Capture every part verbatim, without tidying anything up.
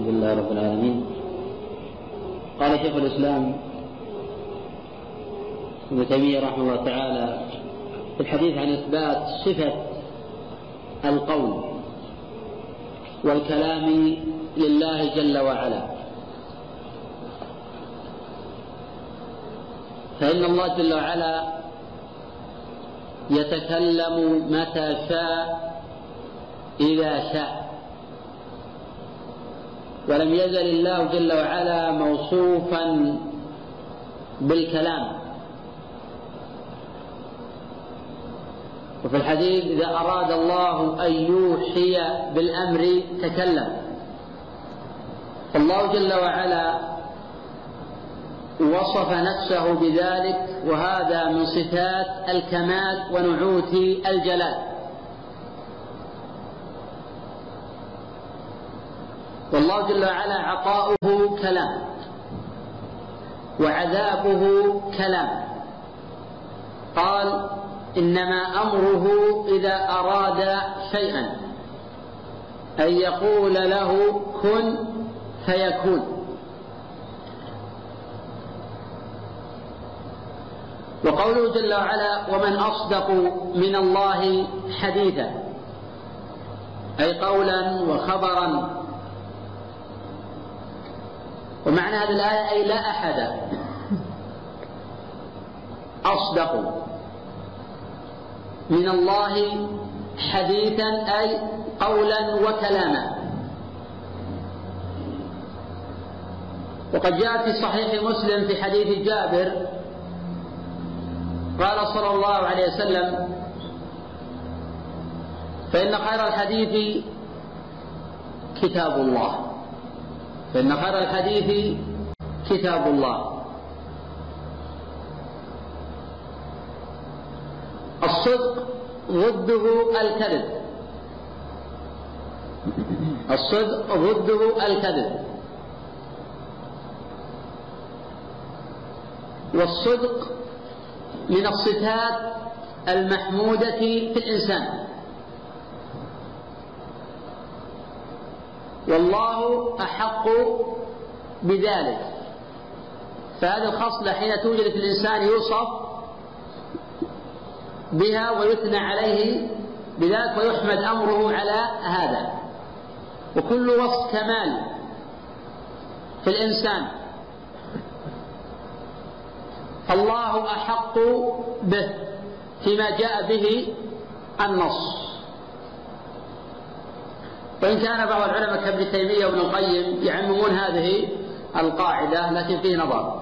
الحمد لله رب العالمين. قال شيخ الإسلام ابن تيمية رحمه الله تعالى في الحديث عن إثبات صفة القول والكلام لله جل وعلا، فإن الله جل وعلا يتكلم متى شاء إذا شاء، ولم يزل الله جل وعلا موصوفا بالكلام. وفي الحديث إذا أراد الله أن يوحي بالأمر تكلم. فالله جل وعلا وصف نفسه بذلك، وهذا من صفات الكمال ونعوت الجلال. والله جل وعلا عطاؤه كلام وعذابه كلام. قال إنما أمره إذا أراد شيئا أن يقول له كن فيكون. وقوله جل وعلا ومن أصدق من الله حديثا، أي قولا وخبرا. ومعنى هذه الآية أي لا أحد أصدق من الله حديثا، أي قولا وكلاما. وقد جاء في صحيح مسلم في حديث جابر قال صلى الله عليه وسلم فإن خير الحديث كتاب الله فإن خير الحديث كتاب الله. الصدق ضده الكذب الصدق ضده الكذب والصدق من الصفات المحمودة في الإنسان، والله أحق بذلك. فهذه الخصلة حين توجد في الإنسان يوصف بها ويثنى عليه بذلك ويحمد أمره على هذا. وكل وصف كمال في الإنسان فالله أحق به فيما جاء به النص. وإن كان بعض العلماء كابن تيمية وابن القيم يعممون هذه القاعدة، لكن فيه نظر،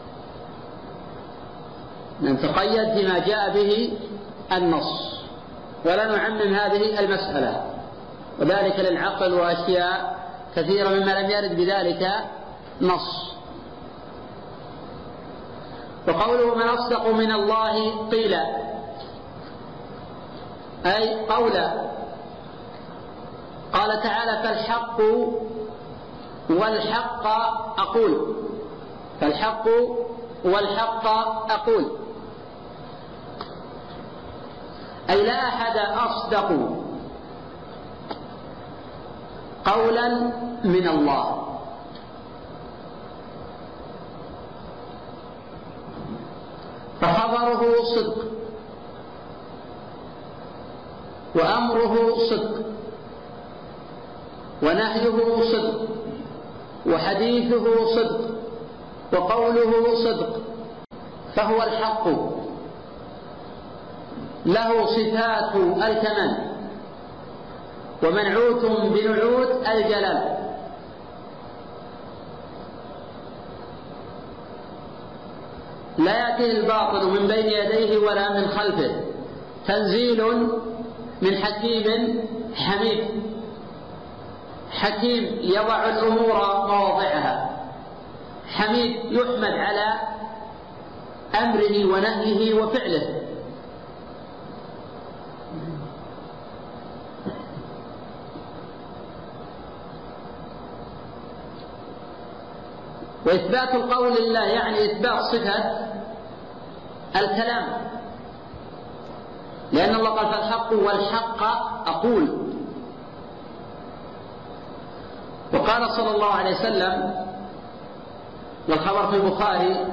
نتقيد فيما جاء به النص ولا نعمم هذه المسألة، وذلك للعقل وأشياء كثيرة مما لم يرد بذلك نص. وقوله من أصدق من الله قيل، أي قولا. قال تعالى فالحق والحق أقول فالحق والحق أقول أي لا أحد أصدق قولا من الله. فخبره صدق وأمره صدق ونهيه صدق وحديثه صدق وقوله صدق، فهو الحق له صفات الكمال ومنعوت بنعوت الجلال. لا يأتيه الباطل من بين يديه ولا من خلفه، تنزيل من حكيم حميد. حكيم يضع الأمور مواضعها، حميد يحمد على أمره ونهيه وفعله. وإثبات القول لله يعني إثبات صفة الكلام، لأن الله قال فالحق والحق أقول. وقال صلى الله عليه وسلم، والخبر في البخاري: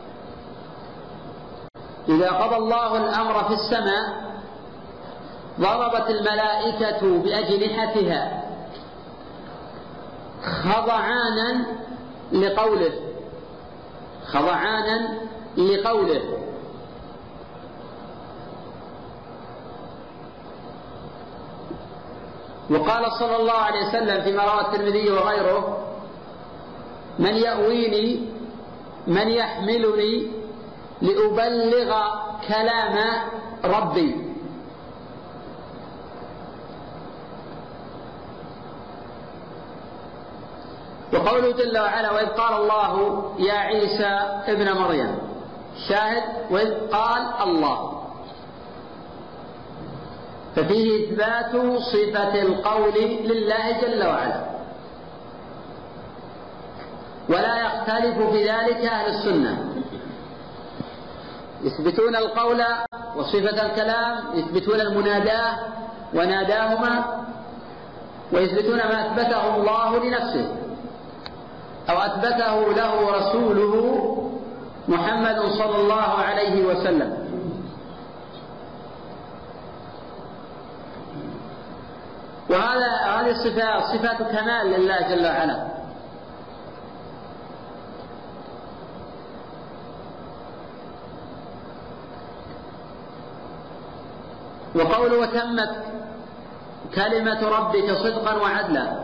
إذا قضى الله الأمر في السماء ضربت الملائكة بأجنحتها خضعانا لقوله خضعانا لقوله وقال صلى الله عليه وسلم فيما رواه الترمذي وغيره: من يأويني من يحملني لأبلغ كلام ربي. وقوله جل وعلا: وإذ قال الله يا عيسى ابن مريم، شاهد وإذ قال الله، ففيه إثبات صفة القول لله جل وعلا، ولا يختلف في ذلك أهل السنة، يثبتون القول وصفة الكلام، يثبتون المناداة وناداهما، ويثبتون ما أثبته الله لنفسه أو أثبته له رسوله محمد صلى الله عليه وسلم. وهذا هذه الصفات صفات كمال لله جل وعلا. وقوله: وتمت كلمة ربك صدقا وعدلا،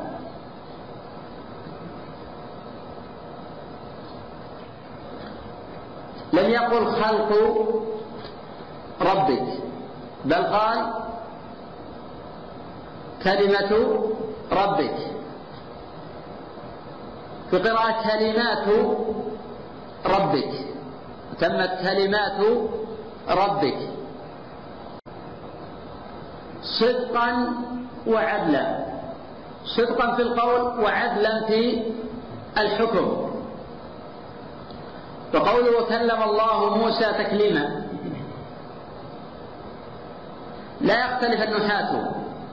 لم يقل خلق ربك، بل قال كلمة ربك، في قراءة كلمات ربك، تمت كلمات ربك صدقا وعدلا، صدقا في القول وعدلا في الحكم. وقوله: وكلم الله موسى تكليما، لا يختلف النحاة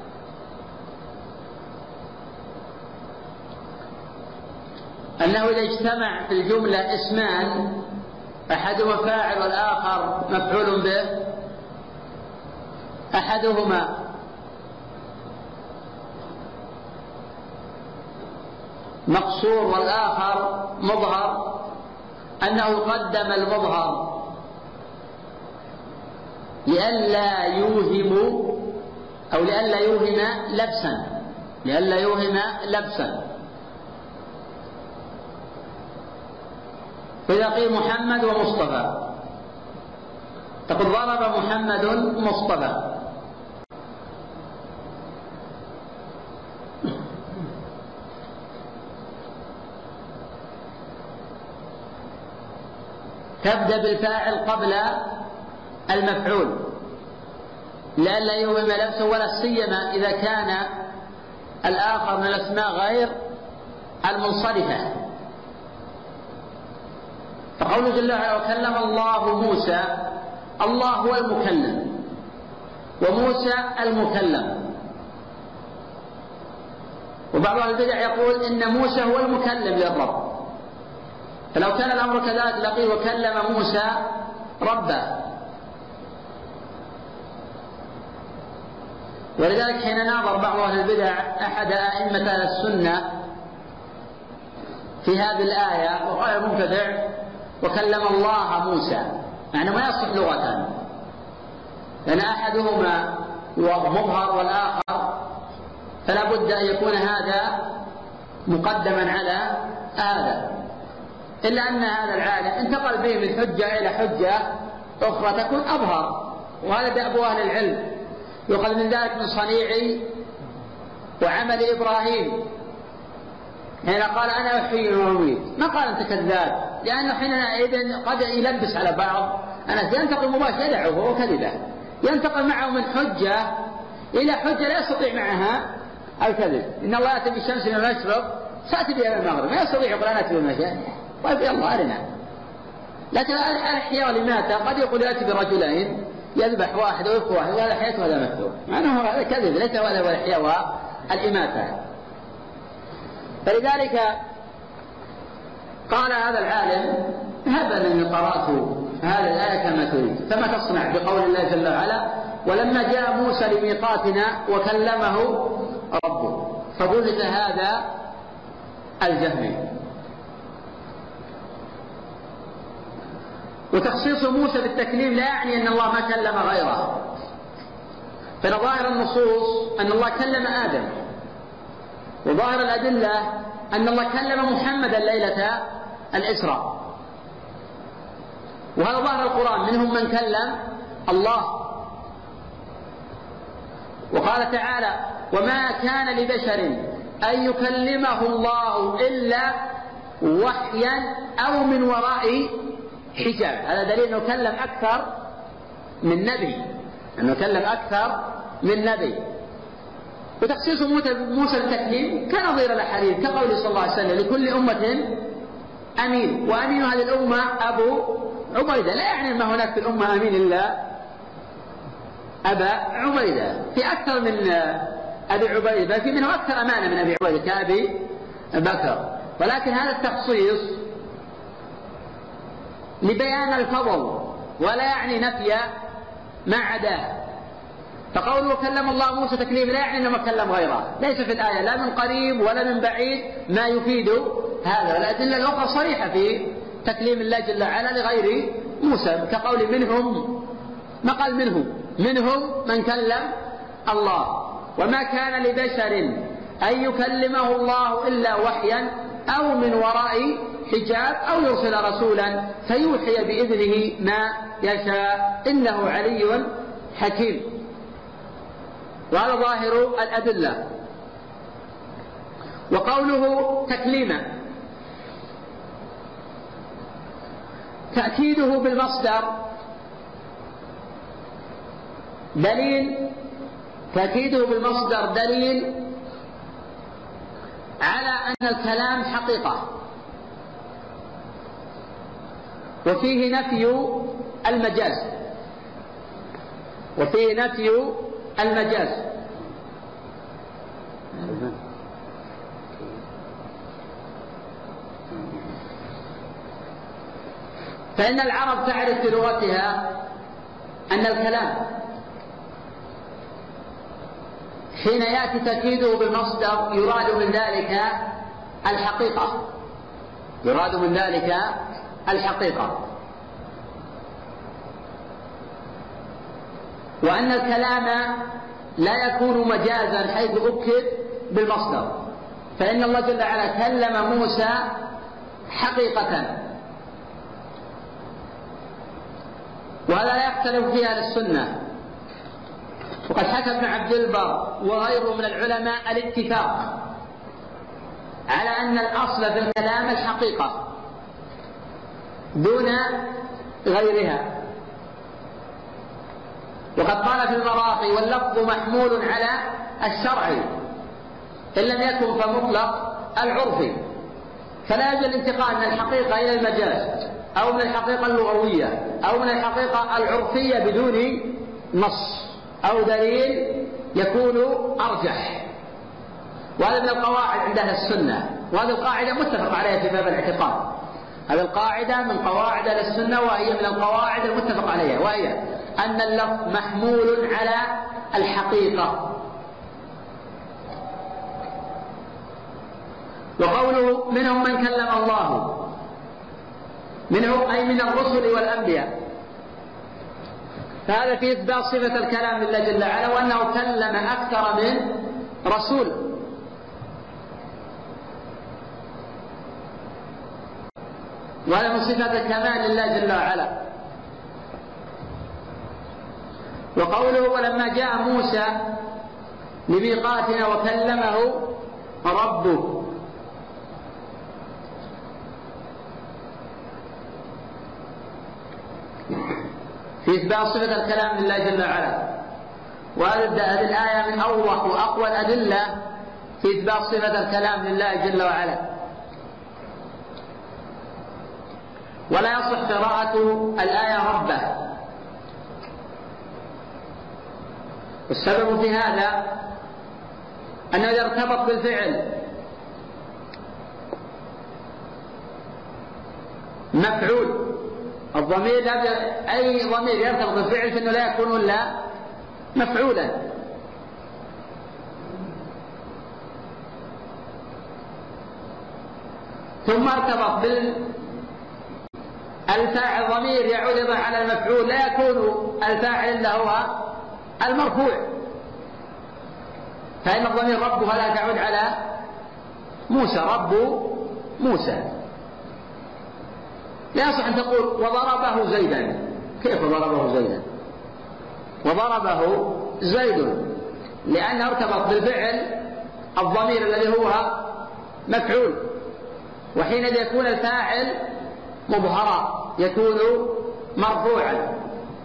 أنه إذا اجتمع في الجملة اسمان أحدهما فاعل والآخر مفعول به، أحدهما مقصور والآخر مظهر، أنه قدم المظهر لئلا يوهم أو لئلا يوهم لبسا لئلا يوهم لبسا فإذا قيل محمد ومصطفى تقول ضرب محمد مصطفى، تبدأ بالفاعل قبل المفعول لئلا يوهم لبسه، ولا سيما إذا كان الآخر من الأسماء غير المنصرفة. فقوله جل وعلا: وكلم الله موسى، الله هو المكلم وموسى المكلم. وبعض أهل البدع يقول إن موسى هو المكلم للرب، فلو كان الأمر كذلك لقيل وكلم موسى ربه. ولذلك حين ناظر بعض أهل البدع أحد أئمة أهل السنة في هذه الآية وقال المبتدع: وكلم الله موسى، يعني ما يصح لغة، لأن أحدهما مظهر والآخر، فلا بد أن يكون هذا مقدما على هذا، إلا أن هذا العالم انتقل به من حجة إلى حجة أخرى تكون أظهر، وهذا دأب أهل العلم. يؤخذ من ذلك من صنيع وعمل إبراهيم حين قال: أنا أحيي وأميت، ما قال أنت كذاب، لأنه حينئذ قد يلبس على بعض أنا ينتقل مباشرة يدعه وهو كذبه، ينتقل معه من حجة إلى حجة لا يستطيع معها الكذب. إن الله يأتي بالشمس من المشرق تأتي بها من المغرب، ما يستطيع يقول أنا أتي بالمشرق، طيب يا الله أرنا. لكن الأحياء لماذا قد يقول يأتي برجلين يذبح واحد ويبقى واحد، وهذا حياة وهذا مكتوب، مع أنه هذا كذب، ليس هذا هو الإحياء والإماتة. فلذلك قال هذا العالم: هب أنني قرأت هذه الآية كما تريد، فما تصنع بقول الله جل وعلا: ولما جاء موسى لميقاتنا وكلمه ربه. فبهت هذا الجهمي. وتخصيص موسى بالتكليم لا يعني أن الله ما كلم غيره، فظاهر النصوص أن الله كلم آدم، وظاهر الأدلة أن الله كلم محمدا ليلة الإسراء، وهذا ظاهر القرآن: منهم من كلم الله. وقال تعالى: وما كان لبشر أن يكلمه الله إلا وحيا أو من وراء حجاب. هذا دليل أنه كلم أكثر من نبي، أنه كلم أكثر من نبي. وتخصيص موسى التكليم كنظير الأحاديث كقوله صلى الله عليه وسلم: لكل أمة أمين، وأمين هذه الأمة أبو عبيدة. لا يعني ما هناك في الأمة أمين إلا أبا عبيدة، في أكثر من أبي عبيدة، في منه أكثر أمانة من أبي عبيدة كأبي بكر. ولكن هذا التخصيص لبيان الفضل ولا يعني نفي ما عداه. فقوله كلم الله موسى تكليم لا يعني أنه كلم غيره، ليس في الآية لا من قريب ولا من بعيد ما يفيد هذا. والأدلة الأخرى صريحة في تكليم الله جل وعلا لغير موسى، كقول منهم، ما قال منهم، منهم من كلم الله. وما كان لبشر أن يكلمه الله إلا وحيا أو من وراء حجاب أو يرسل رسولا فيوحي بإذنه ما يشاء إنه علي حكيم. وهذا ظاهر الأدلة. وقوله تكليما تأكيده بالمصدر دليل تأكيده بالمصدر دليل على أن الكلام حقيقة، وفيه نفي المجاز وفيه نفي المجاز فإن العرب تعرف في لغتها أن الكلام حين يأتي تأكيده بالمصدر يراد من ذلك الحقيقة يراد من ذلك الحقيقة وأن الكلام لا يكون مجازا حيث أكد بالمصدر، فإن الله جل وعلا كلم موسى حقيقة، وهذا لا يختلف فيها أهل السنة. وقد حكى ابن عبد البر وغيره من العلماء الاتفاق على أن الأصل في الكلام الحقيقة دون غيرها. وقد قال في المراقي: واللفظ محمول على الشرع إن لم يكن فمطلق العرف، فلا يجوز الانتقال من الحقيقة إلى المجاز أو من الحقيقة اللغوية أو من الحقيقة العرفية بدون نص أو دليل يكون أرجح. وهذا من القواعد عند أهل السنة، وهذه القاعدة متفق عليها في باب الاعتقاد. هذه القاعدة من قواعد أهل السنة، وهي من القواعد المتفق عليها، وهي أن اللفظ محمول على الحقيقة. وقوله منهم من كلم الله، منهم أي من الرسل والأنبياء، فهذا في إثبات صفة الكلام لله جل وعلا، وأنه كلم أكثر من رسول. وهذا من صفة الكمال لله جل وعلا. وقوله ولما جاء موسى لميقاتنا وكلمه ربه، في إثبات صفة الكلام لله جل وعلا. وهذه الآية من أوضح وأقوى الأدلة في إثبات صفة الكلام لله جل وعلا. ولا يصح قراءة الآية ربه، والسبب في هذا أنه إذا ارتبط بالفعل مفعول. الضمير أي ضمير يرتبط بالفعل فإنه لا يكون إلا مفعولا. ثم ارتبط بالفاعل ضمير يعود على المفعول لا يكون الفاعل إلا هو المرفوع، فإن الضمير ربها لا تعود على موسى، رب موسى. لا يصح أن تقول وضربه زيدا. كيف ضربه زيدا؟ وضربه زيد، لأنه ارتبط بالفعل الضمير الذي هو مفعول، وحينئذ يكون الفاعل مظهرا، يكون مرفوعا.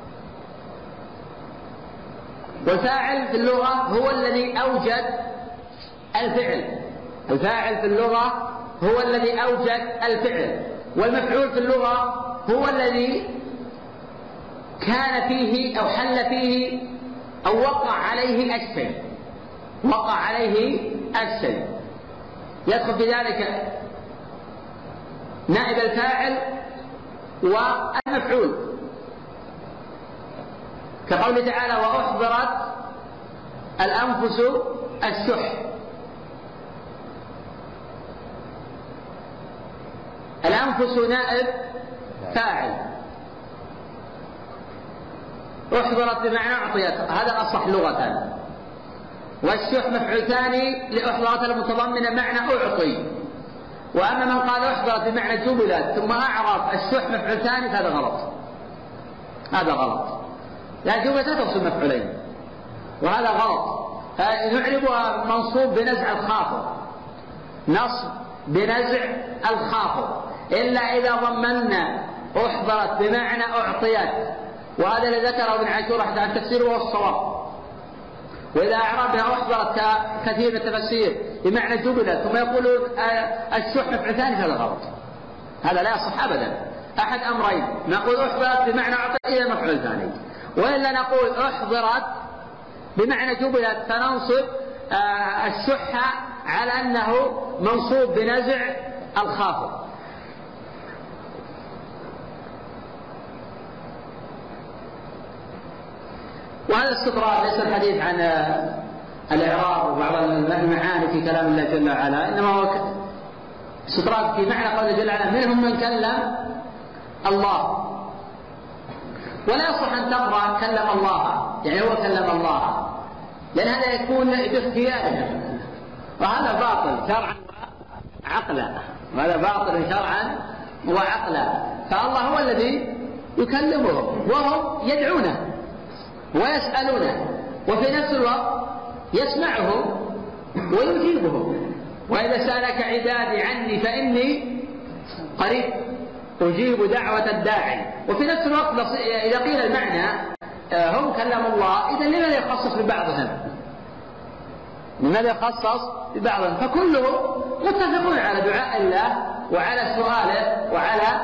والفاعل في اللغة هو الذي أوجد الفعل، الفاعل في اللغة هو الذي أوجد الفعل، والمفعول في اللغة هو الذي كان فيه أو حل فيه أو وقع عليه الشيء، وقع عليه الشيء. يدخل في ذلك نائب الفاعل والمفعول، كقوله تعالى وأحضرت الأنفس الشح. الأنفس نائب فاعل، أحضرت بمعنى أعطيت، هذا أصح لغة. والشح مفعول ثاني لأحضرت المتضمنة معنى أعطي. وأما من قال أحضرت بمعنى جبلت ثم أعرف الشح مفعول ثاني فهذا غلط، هذا غلط، لا جبلت لا توصل مفعولين، وهذا غلط. نعربها منصوب بنزع الخافض، نصب بنزع الخافض، إلا إذا ضمنا أحضرت بمعنى أعطيت، وهذا الذي ذكره ابن عاشور حتى عن تفسيره وهو الصواب. وإذا أعربها أحضرت كثير من التفسير بمعنى جبلت ثم يقولون الشح مفعول ثاني، هذا غلط، هذا لا يصح أبدا. أحد أمرين، نقول أحضرت بمعنى أعطيت إلى مفعول ثاني، وإلا نقول أحضرت بمعنى جبلت فننصب الشح على أنه منصوب بنزع الخافض. وهذا استطراد، ليس الحديث عن الإعراب وبعض المعاني في كلام الله جل وعلا، إنما هو استطراد في معنى قوله جل وعلا منهم من كلم الله. ولا يصح أن تقرأ كلم الله يعني هو كلم الله، لأن هذا يكون باختياره، وهذا باطل شرعا وعقلا، وهذا باطل شرعا وعقلا. فالله هو الذي يكلمهم وهم يدعونه ويسألونه، وفي نفس الوقت يسمعهم ويجيبهم. وإذا سألك عبادي عني فإني قريب أجيب دعوة الداعي. وفي نفس الوقت إذا قيل المعنى هم كلموا الله، إذا لماذا يخصص ببعضهم؟ لماذا يخصص ببعضهم؟ فكلهم متفقون على دعاء الله وعلى سؤاله وعلى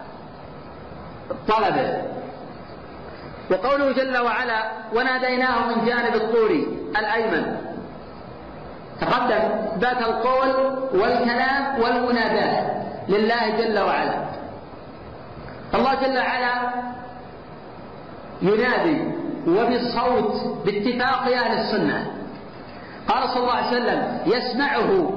طلبه. وقوله جل وعلا وناديناه من جانب الطور الأيمن، تقدم ذات القول والكلام والمناداة لله جل وعلا. الله جل وعلا ينادي وبالصوت باتفاق أهل السنة. قال صلى الله عليه وسلم يسمعه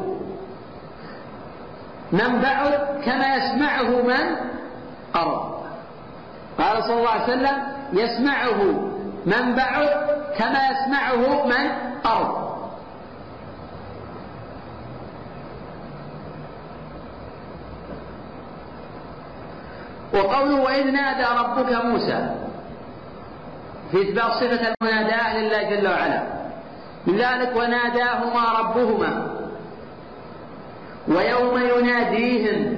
من بعد كما يسمعه من قرب. قال صلى الله عليه وسلم يسمعه من بعد كما يسمعه من قرب. وقوله وإذ نادى ربك موسى في إثبات صفة المناداة لله جل وعلا، من ذلك وناداهما ربهما ويوم يناديهم،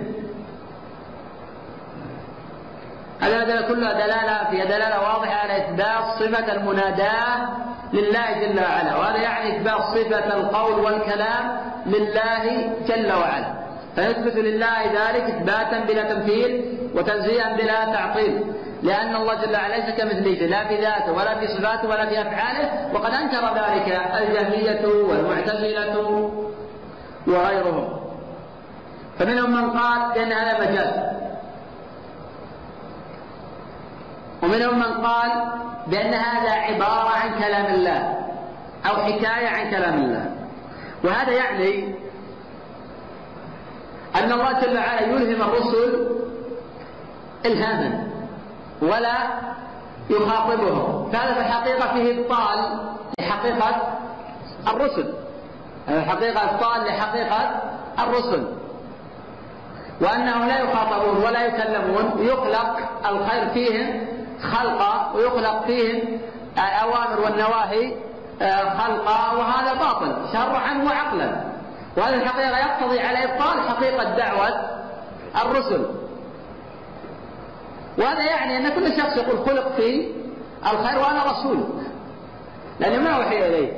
هذا كلها دلالة فيها دلالة واضحة على إثبات صفة المناداة لله جل وعلا، وهذا يعني إثبات صفة القول والكلام لله جل وعلا، فيثبت لله ذلك إثباتا بلا تمثيل وتنزيها بلا تعطيل، لأن الله جل وعلا ليس كمثله لا في ذاته ولا في صفاته ولا في أفعاله، وقد أنكر ذلك الجهمية والمعتزلة وغيرهم. فمنهم من قال بأن هذا مجاز، ومنهم من قال بأن هذا عبارة عن كلام الله أو حكاية عن كلام الله. وهذا يعني أن الله جل وعلا يلهم الرسل إلهاما ولا يخاطبهم، فهذا في الحقيقة فيه إبطال لحقيقة الرسل، هذا الحقيقة إبطال لحقيقة الرسل، وأنهم لا يخاطبون ولا يكلمون، ويخلق الخير فيهم خلقا ويخلق فيهم الأوامر والنواهي خلقا، وهذا باطل شرعا وعقلا. وهذه الحقيقة يقتضي على إبطال حقيقة دعوة الرسل. وهذا يعني أن كل شخص يقول خلق في الخير وأنا رسول، لأنه ما أوحي إليه.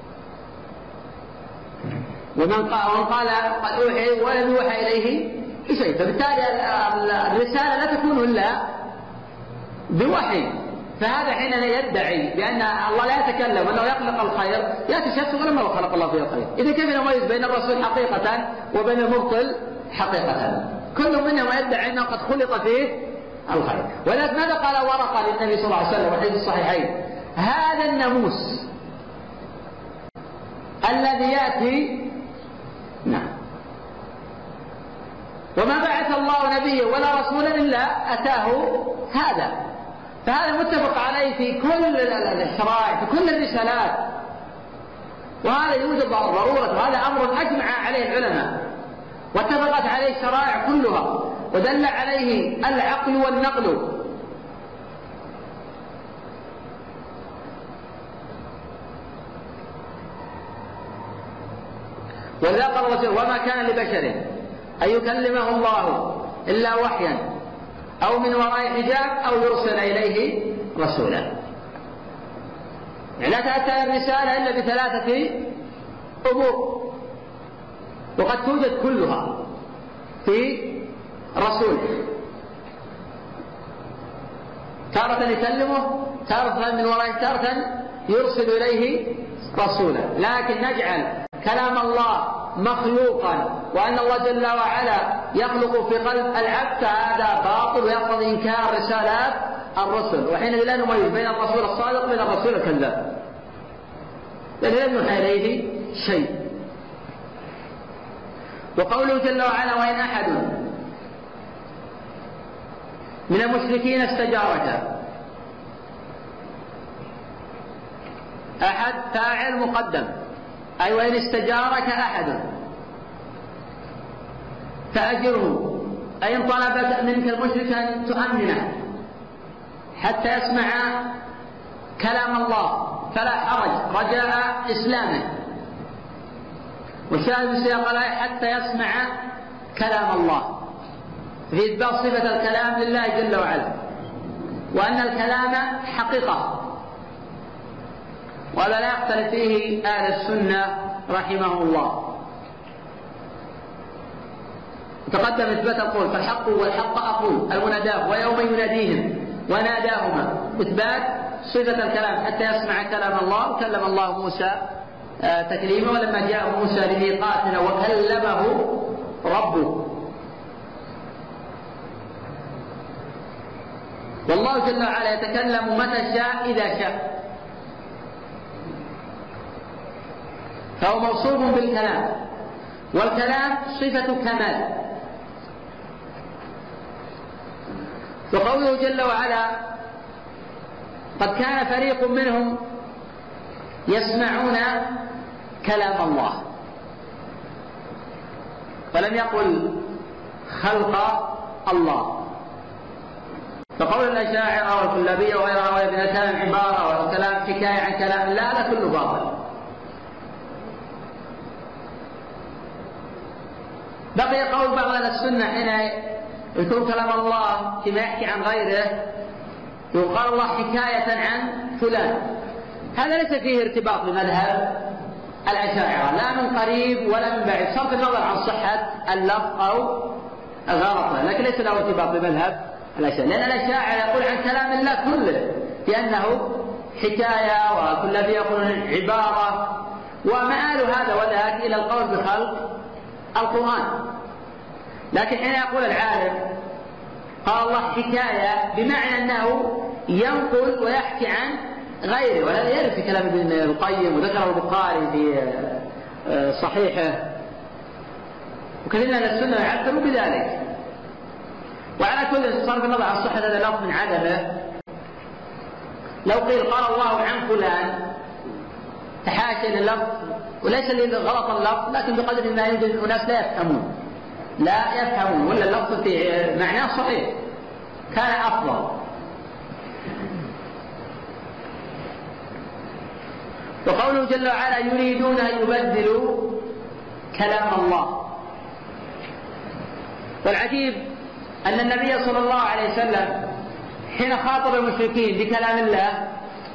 ومن قال قد أوحي ولم يوحى إليه بشيء، فبالتالي الرسالة لا تكون إلا بوحي. فهذا حين يدعي بأن الله لا يتكلم وأنه يخلق الخير، يأتي شخص ولما خلق الله فيه الخير. إذا كيف نميز بين الرسول حقيقة وبين المبطل حقيقة؟ كل منهم يدعي أنه قد خلق فيه الخير. ولذلك ماذا قال ورقة للنبي صلى الله عليه وسلم وحديث الصحيحين؟ هذا الناموس الذي يأتي نعم وما بعث الله نبيا ولا رسولا إلا أتاه هذا. فهذا متفق عليه في كل الشرائع، في كل الرسالات، وهذا يوجد ضرورة، وهذا أمر أجمع عليه العلماء واتفقت عليه الشرائع كلها ودل عليه العقل والنقل. ولذا قال الرسول وما كان لبشر أن يكلمه الله إلا وحيا أو من وراء حجاب أو يرسل إليه رسولا. يعني لا تأتي الرسالة إلا بثلاثة أمور، وقد توجد كلها في رسول. تارة يكلمه، تارة من وراء، تارة يرسل إليه رسولا. لكن نجعل كلام الله مخلوقا وأن الله جل وعلا يخلق في قلب العبد، هذا باطل ويقتضي إنكار رسالات الرسل. وحينئذ لا نميز بين الرسول الصادق وبين الرسول الكذاب، لأنه لم يوحى إليه شيء. وقوله جل وعلا وإن أحد من المشركين استجارك، أحد فاعل مقدم، أي وإن استجارك أحد فأجره، أي إن طلب منك المشرك أن تؤمنه حتى يسمع كلام الله فلا حرج رجاء إسلامه. وشاهد في سياق الآية حتى يسمع كلام الله، في إثبات صفة الكلام لله جل وعلا، وأن الكلام حقيقة، وهذا لا يختلف فيه أهل السنة رحمه الله. تقدم إثبات القول فالحق والحق أقول المناداه ويوم يناديهم وناداهما، إثبات صفة الكلام حتى يسمع كلام الله. وكلم الله موسى تكليما، ولما جاء موسى لميقاتنا وكلمه ربه. والله جل وعلا يتكلم متى شاء إذا شاء، فهو موصوف بالكلام، والكلام صفة كمال. وقوله جل وعلا قد كان فريق منهم يسمعون كلام الله، فلم يقل خلق الله. فقول الأشاعرة والكلابية وغيرها وابن الكلام عبارة والكلام حكاية عن كلام الله، لا كله باطل. بقي قول بعض أهل السنة حين يكون كلام الله فيما يحكي عن غيره يقال الله حكاية عن فلان، هذا ليس فيه ارتباط بمذهب الأشاعرة لا من قريب ولا من بعيد، صرف النظر عن صحة اللفظ أو غلطه، لكن ليس له ارتباط بمذهب الأشاعرة، لأن الأشاعرة يقول عن كلام الله كله بأنه حكاية، وكل يقول عبارة، ومآل هذا وذاك إلى القول بخلق القرآن. لكن حين يقول العالم قال الله حكاية بمعنى أنه ينقل ويحكي عن غيره، وهذا يرد في كلام ابن القيم وذكره البخاري في صحيحه، وكثير من السنة يعبروا بذلك. وعلى كل صرف النظر عن صحة هذا اللفظ من عدمه، لو قيل قال الله عن فلان تحاشى لللفظ، وليس لغلط اللفظ، لكن بقدر ما يوجد أناس لا يفهمون لا يفهمون ولا اللفظ في معناه صحيح كان أفضل. وقوله جل وعلا يريدون أن يبدلوا كلام الله. والعجيب أن النبي صلى الله عليه وسلم حين خاطب المشركين بكلام الله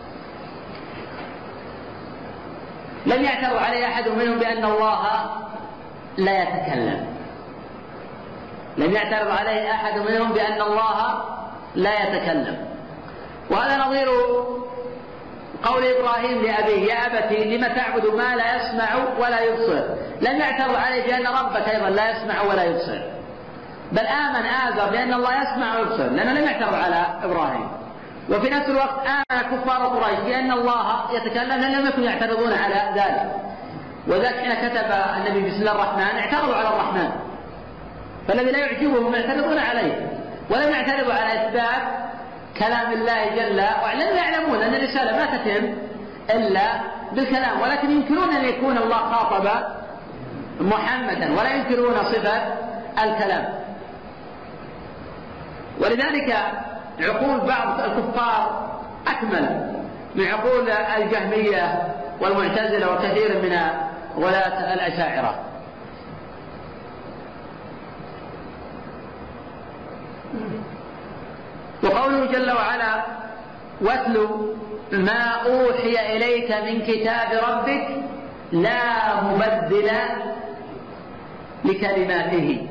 لم يعترض عليه أحد منهم بأن الله لا يتكلم، لم يعترض عليه أحد منهم بأن الله لا يتكلم. وهذا نظير قول إبراهيم لأبيه يا أبتي لم تعبد ما لا يسمع ولا يبصر، لم يعترض عليه بأن ربك أيضا لا يسمع ولا يبصر، بل آمن آزر بأن الله يسمع ويبصر لأنه لم يعترض على إبراهيم. وفي نفس الوقت آمن كفار قريش بأن الله يتكلم لأنهم لم يكونوا يعترضون على ذلك. وذلك حين كتب النبي بسم الله الرحمن اعترضوا على الرحمن، فالذي لا يعجبهم يعترضون عليه، ولم يعترضوا على إثبات كلام الله جل وعلا، لأنهم يعلمون أن الرسالة ما تتم إلا بالكلام، ولكن ينكرون أن يكون الله خاطب محمدا ولا ينكرون صفة الكلام. ولذلك عقول بعض الكفار أكمل من عقول الجهمية والمعتزلة وكثير من غلاة الأشاعرة. وقوله جل وعلا واتل ما أوحي إليك من كتاب ربك لا مبدل لكلماته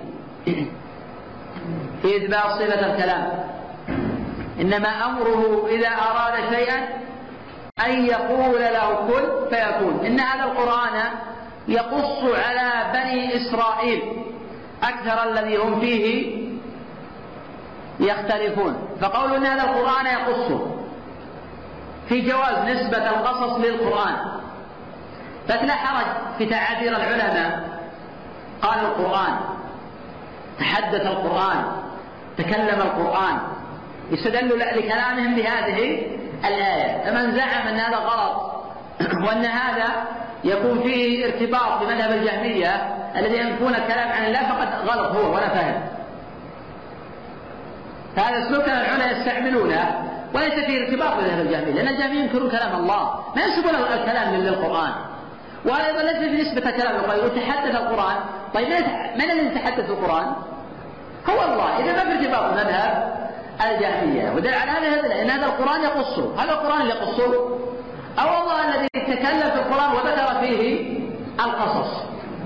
في إثبات صفة الكلام، إنما أمره إذا أراد شيئا أن يقول له كن فيكون. إن هذا القرآن يقص على بني إسرائيل أكثر الذي هم فيه يختلفون، فقولوا إن هذا القرآن يقص في جواز نسبة القصص للقرآن، فلا حرج في تعابير العلماء. قال القرآن، تحدث القرآن، تكلم القرآن، يستدل لكلامهم بهذه الآية. فمن زعم أن هذا غلط وأن هذا يكون فيه ارتباط بمذهب الجهمية الذي ينفون الكلام عن الله فقد غلط هو ولا فهم. فهذا سلوك العلماء يستعملونه وليس فيه ارتباط بمذهب الجهمية، لأن الجهمية ينكرون كلام الله، ما ينسبون الكلام للقرآن، وأيضا ليس في نسبة كلام القرآن. وتحدث القرآن، طيب من الذي يتحدث القرآن؟ هو الله، إذا ما في ارتباط مذهب الجهمية. ودل على هذا أن هذا القرآن يقصه، هذا القرآن اللي يقصه أو الله الذي يتكلم في القرآن وذكر فيه القصص.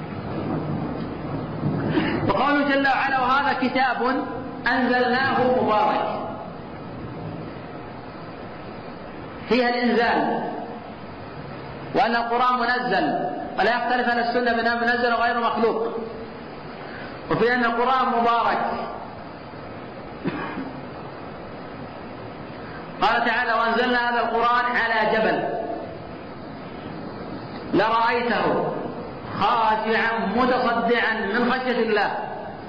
وقوله جل وعلا وهذا كتاب أنزلناه مبارك، فيها الإنزال وأن القرآن منزل ولا يختلف عن السنة بأنه منزل وغير مخلوق، وفي أن القرآن مبارك. قال تعالى وأنزلنا هذا القرآن على جبل لرأيته خاشعا متصدعا من خشية الله،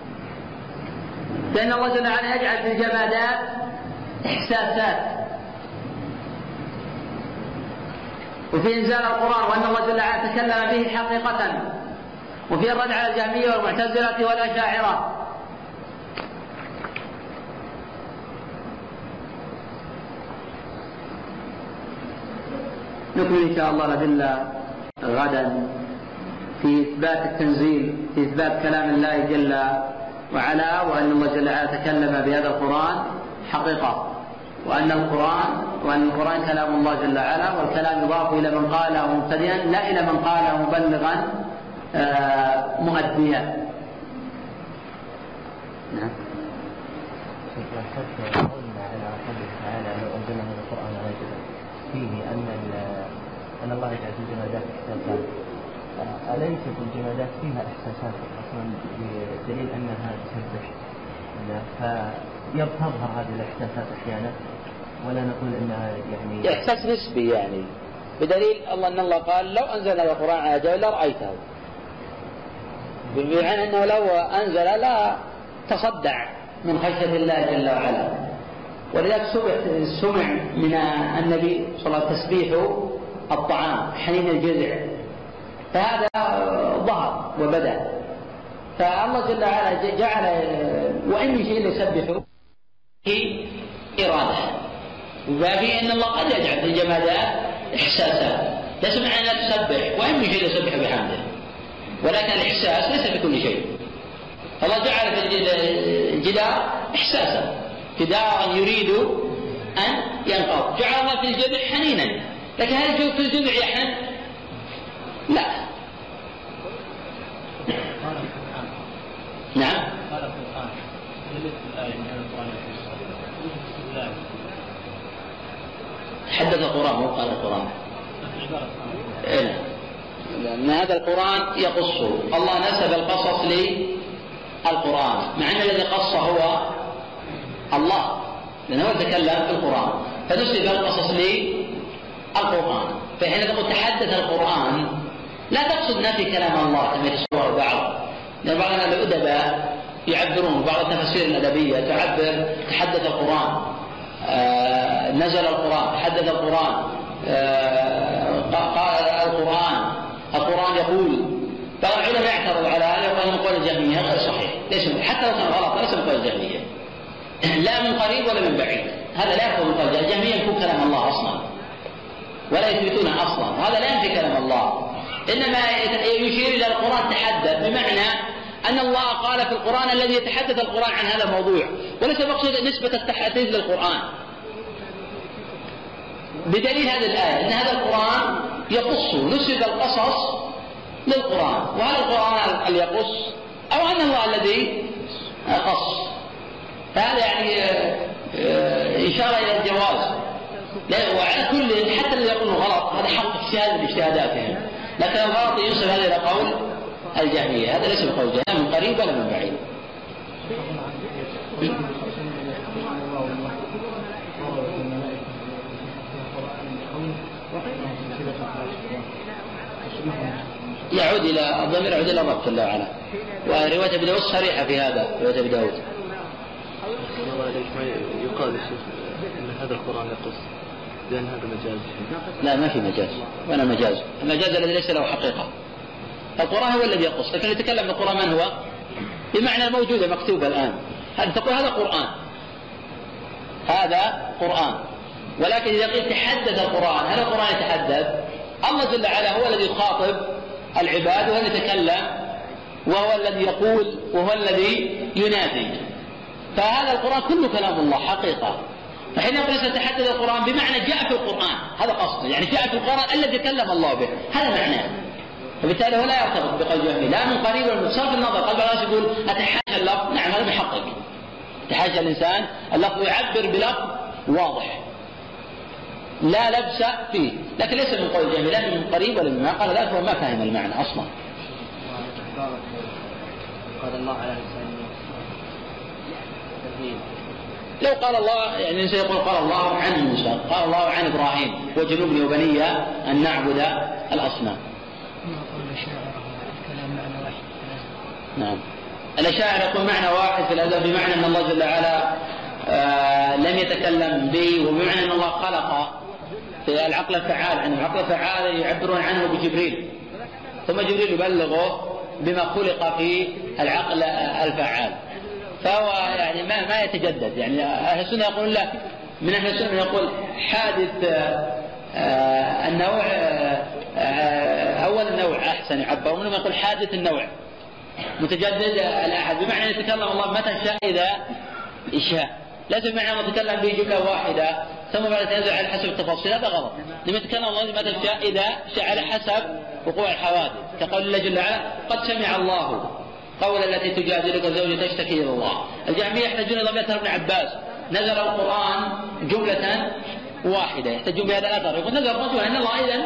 لأن الله جل وعلا يجعل في الجمادات إحساسات. وفي إنزال القرآن وأن الله جل وعلا تكلم به حقيقة، وفي الرد على الجهمية والمعتزلة والأشاعرة. نكمل إن شاء الله الأدلة غدا في إثبات التنزيل، في إثبات كلام الله جل وعلا، وأن الله جل وعلا تكلم بهذا القرآن حقيقة، وأن القرآن وأن القرآن كلام الله جل وعلا، والكلام يضاف إلى من قاله مبتدئا لا إلى من قاله مبلغا آه مؤديا. نعم. فيه أن أن الله يجعل في الجمادات إحساسات، أليست الجمادات فيها إحساسات أصلا بدليل أنها تسبح الله؟ فيظهر هذه الإحساسات أحيانا ولا نقول إنها يعني إحساس نسبي يعني، بدليل الله أن الله قال لو أنزل القرآن على جبل لرأيته، بمعنى أنه لو أنزل لا تصدع من خشية الله جل وعلا. ولذلك سمع من النبي صلى الله عليه وسلم تسبيحه الطعام حنين الجذع، فهذا ظهر وبدأ. فالله جل وعلا جعل وإن من شيء يسبحه في إرادة، وفي أن الله قد يجعل في الجمادات إحساسات، ليس معنى أنها تسبح وإن من شيء يسبح بحمده، ولكن الإحساس ليس في كل شيء. فالله جعل في الجدار إحساسا، جدارا يريد أن ينقض، جعل الله في الجذع حنينا، لكن هل في الجذع يحن؟ لا. نعم. حدث القرآن مو قال القرآن. إيه. لأن هذا القرآن يقصه، الله نسب القصص للقرآن، مع أن الذي قص هو الله، لأنه هو يتكلم في القرآن، فنسب القصص للقرآن. فحين تقول تحدث القرآن لا تقصد نفي كلام الله كما يتصور بعض، لأن بعض الأدباء يعبرون، بعض التفاسير الأدبية تعبر تحدث القرآن، آه نزل القرآن، تحدث القرآن، آه قال القرآن، القرآن يقول. بعض العلماء يعترض على هذا وقال من قول الجهمية غير صحيح، ليس حتى لو كان غلط ليس من قول الجهمية، لا من قريب ولا من بعيد، هذا لا يأخذ من قول الجهمية، يكون كلام الله أصلا ولا يثبتونه أصلا، هذا لا ينفي كلام الله، إنما يشير إلى القرآن تحدث، بمعنى أن الله قال في القرآن الذي يتحدث القرآن عن هذا الموضوع، وليس مقصود نسبة التحديث للقرآن، بدليل هذه الآية أن هذا القرآن يقص، نسب القصص للقرآن، وهل القرآن اللي يقص أو أن الله الذي قص؟ فهذا يعني إشارة إلى الجواز، وعلى كل حتى اللي يقولوا غلط هذا حق اجتهاد باجتهاداتهم، لكن الغلط ينسب هذا إلى قول الجهمية، هذا ليس بقول الجهمية من قريب ولا من بعيد. يعود إلى الضمير، يعود إلى الرب جل وعلا، ورواية ابي داود صريحة في هذا، رواية ابي داود. يقال أن هذا القرآن يقص لأن هذا مجاز. لا، ما في مجاز، وأنا مجاز، المجاز الذي ليس له حقيقة. القرآن هو الذي يقص، لكن يتكلم بالقرآن من هو؟ بمعنى الموجودة مكتوبة الآن، هذا تقول هذا قرآن، هذا قرآن، ولكن إذا قيل تحدث القرآن، هل القرآن يتحدث؟ الله جل وعلا هو الذي يخاطب العباد وهو الذي يتكلم وهو الذي يقول وهو الذي ينادي، فهذا القرآن كله كلام الله حقيقة. فحين يقول سيتحدث القرآن بمعنى جاء في القرآن، هذا قصده، يعني جاء في القرآن الذي تكلم الله به، هذا معناه، فبالتالي هو لا يرتبط بقول جهمي لا من قريب ولا من صرف النظر. قال بعض الناس يقول أتحاشى اللفظ، نعم هذا بحقك، تحاشى الإنسان اللفظ يعبر بلفظ واضح لا لبس فيه، لكن ليس من قول جهمي لا من قريب ولا من ما قال ذلك، هو ما فهم المعنى أصلا. قال الله على لسان لو قال الله يعني الإنسان يقول قال الله عن موسى، قال الله عن إبراهيم وجنوبني وبني أن نعبد الأصنام. نعم، الأشاعرة يقول معنى واحد في الأدب، بمعنى أن الله جل وعلا آه لم يتكلم به، وبمعنى أن الله خلق في العقل الفعال، عنه العقل الفعال يعبرون عنه بجبريل، ثم جبريل يبلغه بما خلق في العقل الفعال، فهو يعني ما ما يتجدد. يعني أهل السنة يقولون لا، من أهل السنة يقول حادث آه النوع آه أول النوع أحسن يعبر، ومنهم يقول حادث النوع متجدد الأحد، بمعنى يتكلم الله متى شاء إذا شاء، ليس بمعنى أن يتكلم به جملة واحدة ثم بعد تنزل على حسب التفاصيل، هذا غلط. لما يتكلم الله متى شاء إذا شاء على حسب وقوع الحوادث، كقول الله جل وعلا قد سمع الله قول التي تجادلك زوجها تشتكي إلى الله. الجهمية يحتاجون إلى ضمير ابن عباس، نزل القرآن جملة واحدة، يحتاجون بهذا الأثر، يقول نزل الرسول أن الله إذن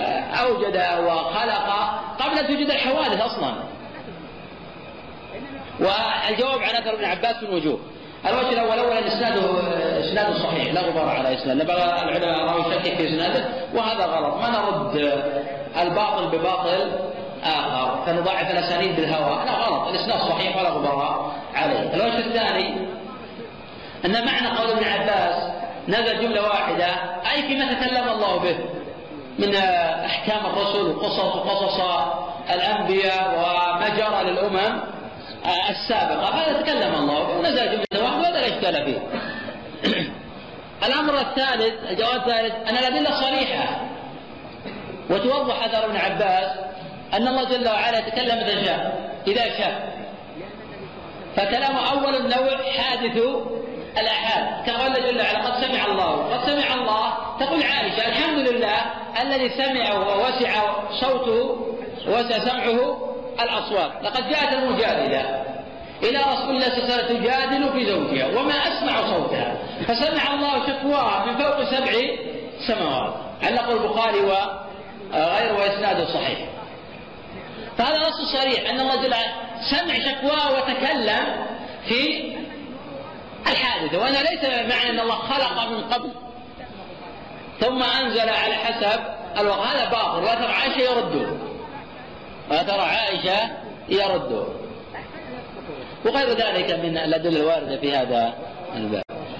أوجد وخلق قبل توجد الحوادث أصلا. والجواب عن أثر ابن عباس من وجوه. الوجه الأول أولا إسناده إسناده صحيح لا غبار على إسناده، بعض العلماء راوا يشكك في إسناده وهذا غلط، ما نرد الباطل بباطل آخر فنضاعف الأسانيد بالهوى، لا غلط، الإسناد صحيح ولا غبار عليه. الوجه الثاني أن معنى قول ابن عباس نزل جملة واحدة أي فيما تكلم الله به من أحكام الرسل وقصص وقصص الأنبياء وما جرى للأمم السابقة، هذا تكلم الله به ونزل جملة واحدة وهذا لا إشكال فيه. الأمر الثالث الجواب الثالث أن الأدلة صريحة وتوضح أثر ابن عباس أن الله جل وعلا يتكلم إذا شاء إذا شاء، فكلام أول النوع حادث الآحاد كقال جل وعلا قد سمع الله قد سمع الله. تقول عائشة الحمد لله الذي سمع ووسع صوته ووسع سمعه الأصوات، لقد جاءت المجادلة إلى رسول الله صلى الله عليه وسلم تجادل في زوجها وما أسمع صوتها فسمع الله شكواها من فوق سبع سماوات، علقه البخاري وغيره وإسناده صحيح. فهذا نص صريح أن الله جل وعلا سمع شكواه وتكلم في الحادثة، وأنا ليس معنى أن الله خلق من قبل ثم أنزل على حسب الوقت، هذا باطل وأثر عائشة يرده وأثر عائشة يرده وغير ذلك من الأدلة الواردة في هذا الباب.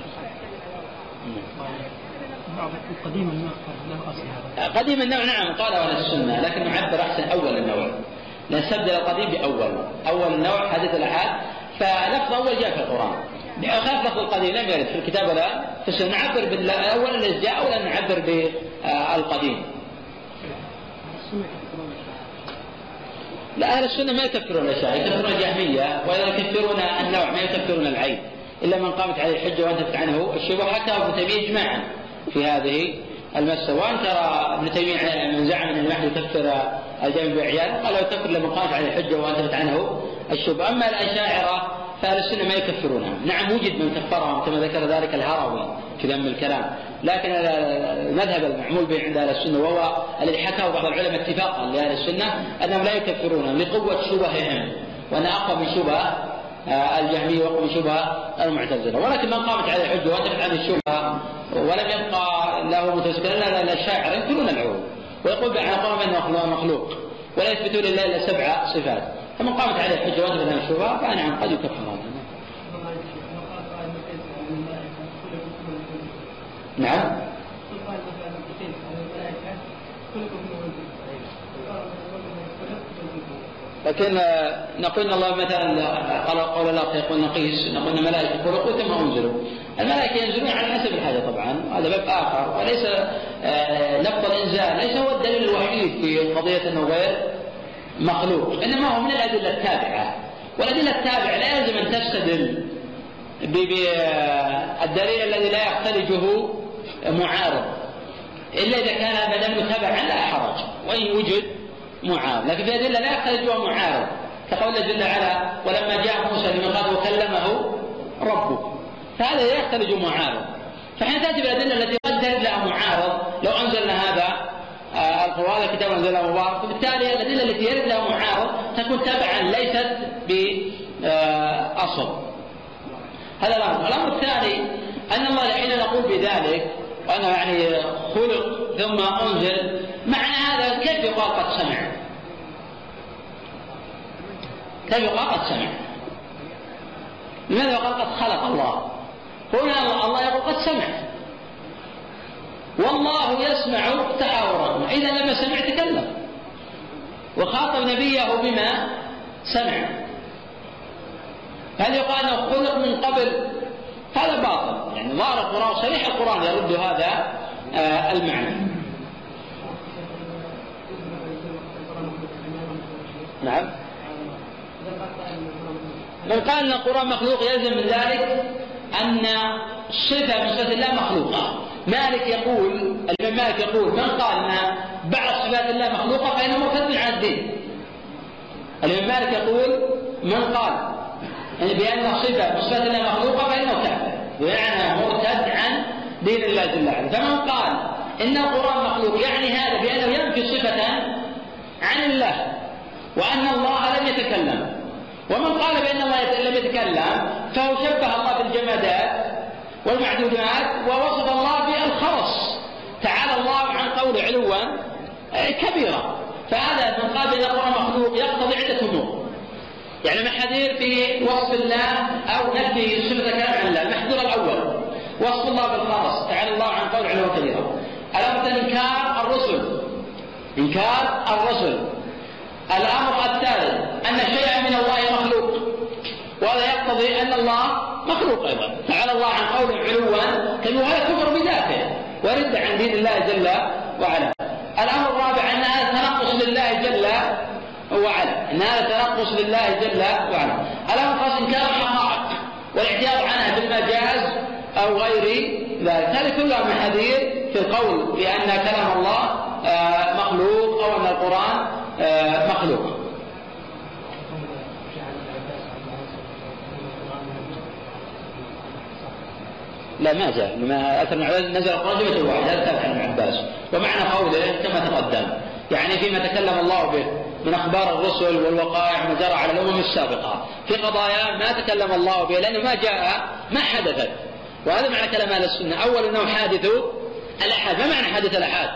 قديم النوع قديم النوع نعم قال ولا السنة، لكن نعبر أحسن أول النوع نستبدل القديم بأول أول النوع حديث الأحاد، فلفظ أول جاء في القرآن خلاف لفظ القديم لم يرد في الكتاب ولا في السنة، نعبر بالأول الذي جاء ولا نعبر بالقديم. لا أهل السنة ما يكفرون الأشاعرة، يكفرون الجهمية ولا يكفرون النوع، ما يكفرون العين إلا من قامت عليه الحجة وانتفت عنه الشبهة، حتى ابن تيمية إجماعا في هذه المسألة. وأنكر ابن تيمية من زعم أن المحل يكفر الجمع بعيان قال يكفر لمن قامت عليه الحجة وانتفت عنه الشبهة. أما الأشاعرة فأهل السنة ما يكفرونها، نعم وجد من كفرهم كما ذكر ذلك الهروي في ذم الكلام، لكن المذهب المعمول به عند أهل السنة وهو الذي حكاه بعض العلماء اتفاقا لأهل السنة أنهم لا يكفرونهم لقوة شبههم، وأن أقوى من شبه الجهمية وأقوى من شبه المعتزلة. ولكن من قامت عليه الحجة وانتفت عن الشبهة ولم يبقى له متمسك لنا الأشاعرة ينكرون العروض ويقول بأن قوم أنه مخلوق ولا يثبتون لله إلا سبع صفات، فمن قامت عليه الحجة وانتفت عن الشبهة فنعم قد يكفر هذا. نعم لكن نقول الله مثلا قال قول الله يقول نقيس نقول الملائكة خلقوا ثم انزلوا، الملائكة ينزلون على حسب الحاجة طبعا هذا باب آخر، وليس لفظ الإنزال ليس هو الدليل الوحيد في قضية أنه غير مخلوق، إنما هو من الأدلة التابعة، والأدلة التابعة لا يلزم أن تستدل بالدليل الذي لا يختلجه معارض إلا إذا كان هذا دليل تابعا لا حرج وإن وجد معارض، لكن في أدلة لا يختلجها معارض كقول الله جل وعلا ولما جاء موسى لميقاته وكلمه ربه، فهذا لا يختلج معارض. فحين تأتي بالأدلة التي قد تجد لها معارض لو أنزلنا هذا القرآن الكتاب أنزله مبارك، وبالتالي الأدلة التي يرد لها معارض تكون تبعا ليست بأصل. هذا الأمر. الأمر الثاني أن الله حين نقول بذلك وأنه يعني خلق ثم أنزل، معنى هذا كيف يقال قد سمع؟ كيف يقال قد سمع؟ لماذا يقال قد خلق الله؟ هنا الله يقول قد سمع والله يسمع تحاوركم، إذا لما سمع تكلم وخاطب نبيه بما سمع، هل يقال أنه خلق من قبل؟ هذا باطل، يعني ظاهر القرآن صريح القرآن يرد هذا آه المعنى. نعم من قال أن القرآن مخلوق يلزم من ذلك أن صفة من صفات الله مخلوقة. مالك يقول الإمام مالك يقول من قال أن بعض صفات الله مخلوقة فإنه مرتد عن الدين. الإمام مالك يقول من قال يعني بأن صفة من صفات الله مخلوقة فإنه كافر، يعني مرتد عن دين الله جل وعلا. فمن قال إن القرآن مخلوق يعني هذا بأنه ينفي صفة عن الله وأن الله لم يتكلم ومن قال بأن الله لم يتكلم فهو شبه الله بالجمادات والمعدودات ووصف الله بالخرص، تعالى الله عن قول علوا كبيرا. فهذا من قال بأن القرآن مخلوق يقتضي عدة أمور، يعني محاذير في وصف الله أو نفي صفة كلام عن الله. المحذور الأول وصف الله بالخرص، تعالى الله عن قول علوا كبيرا. الأمر إنكار الرسل، إنكار الرسل. الأمر الثالث أن شيئا من الله مخلوق، وهذا يقتضي أن الله مخلوق أيضا، تعالى الله عن قول علوا كبيرا، وهذا كفر بذاته ورد عن دين الله جل وعلا. الأمر الرابع أن هذا تنقص لله جل وعلا، أن هذا تنقص لله جل وعلا. الأمر الخاص إنكار الحقائق والاعتراض عنها بالمجاز أو غير ذلك. هذه كلها محاذير في القول بأن كلام الله مخلوق أو أن القرآن مخلوق. لا ما جاء، لما أثر نزل القرآن جملة واحدة هذا ثابت عن ابن عباس، ومعنى قوله كما تقدم يعني فيما تكلم الله به من أخبار الرسل والوقائع ما جرى على الأمم السابقة في قضايا ما تكلم الله به لأنه ما جاء ما حدثت. وهذا معنى كلام أهل السنة. أول أنه حادث الأحاد. ما معنى حادث الأحاد؟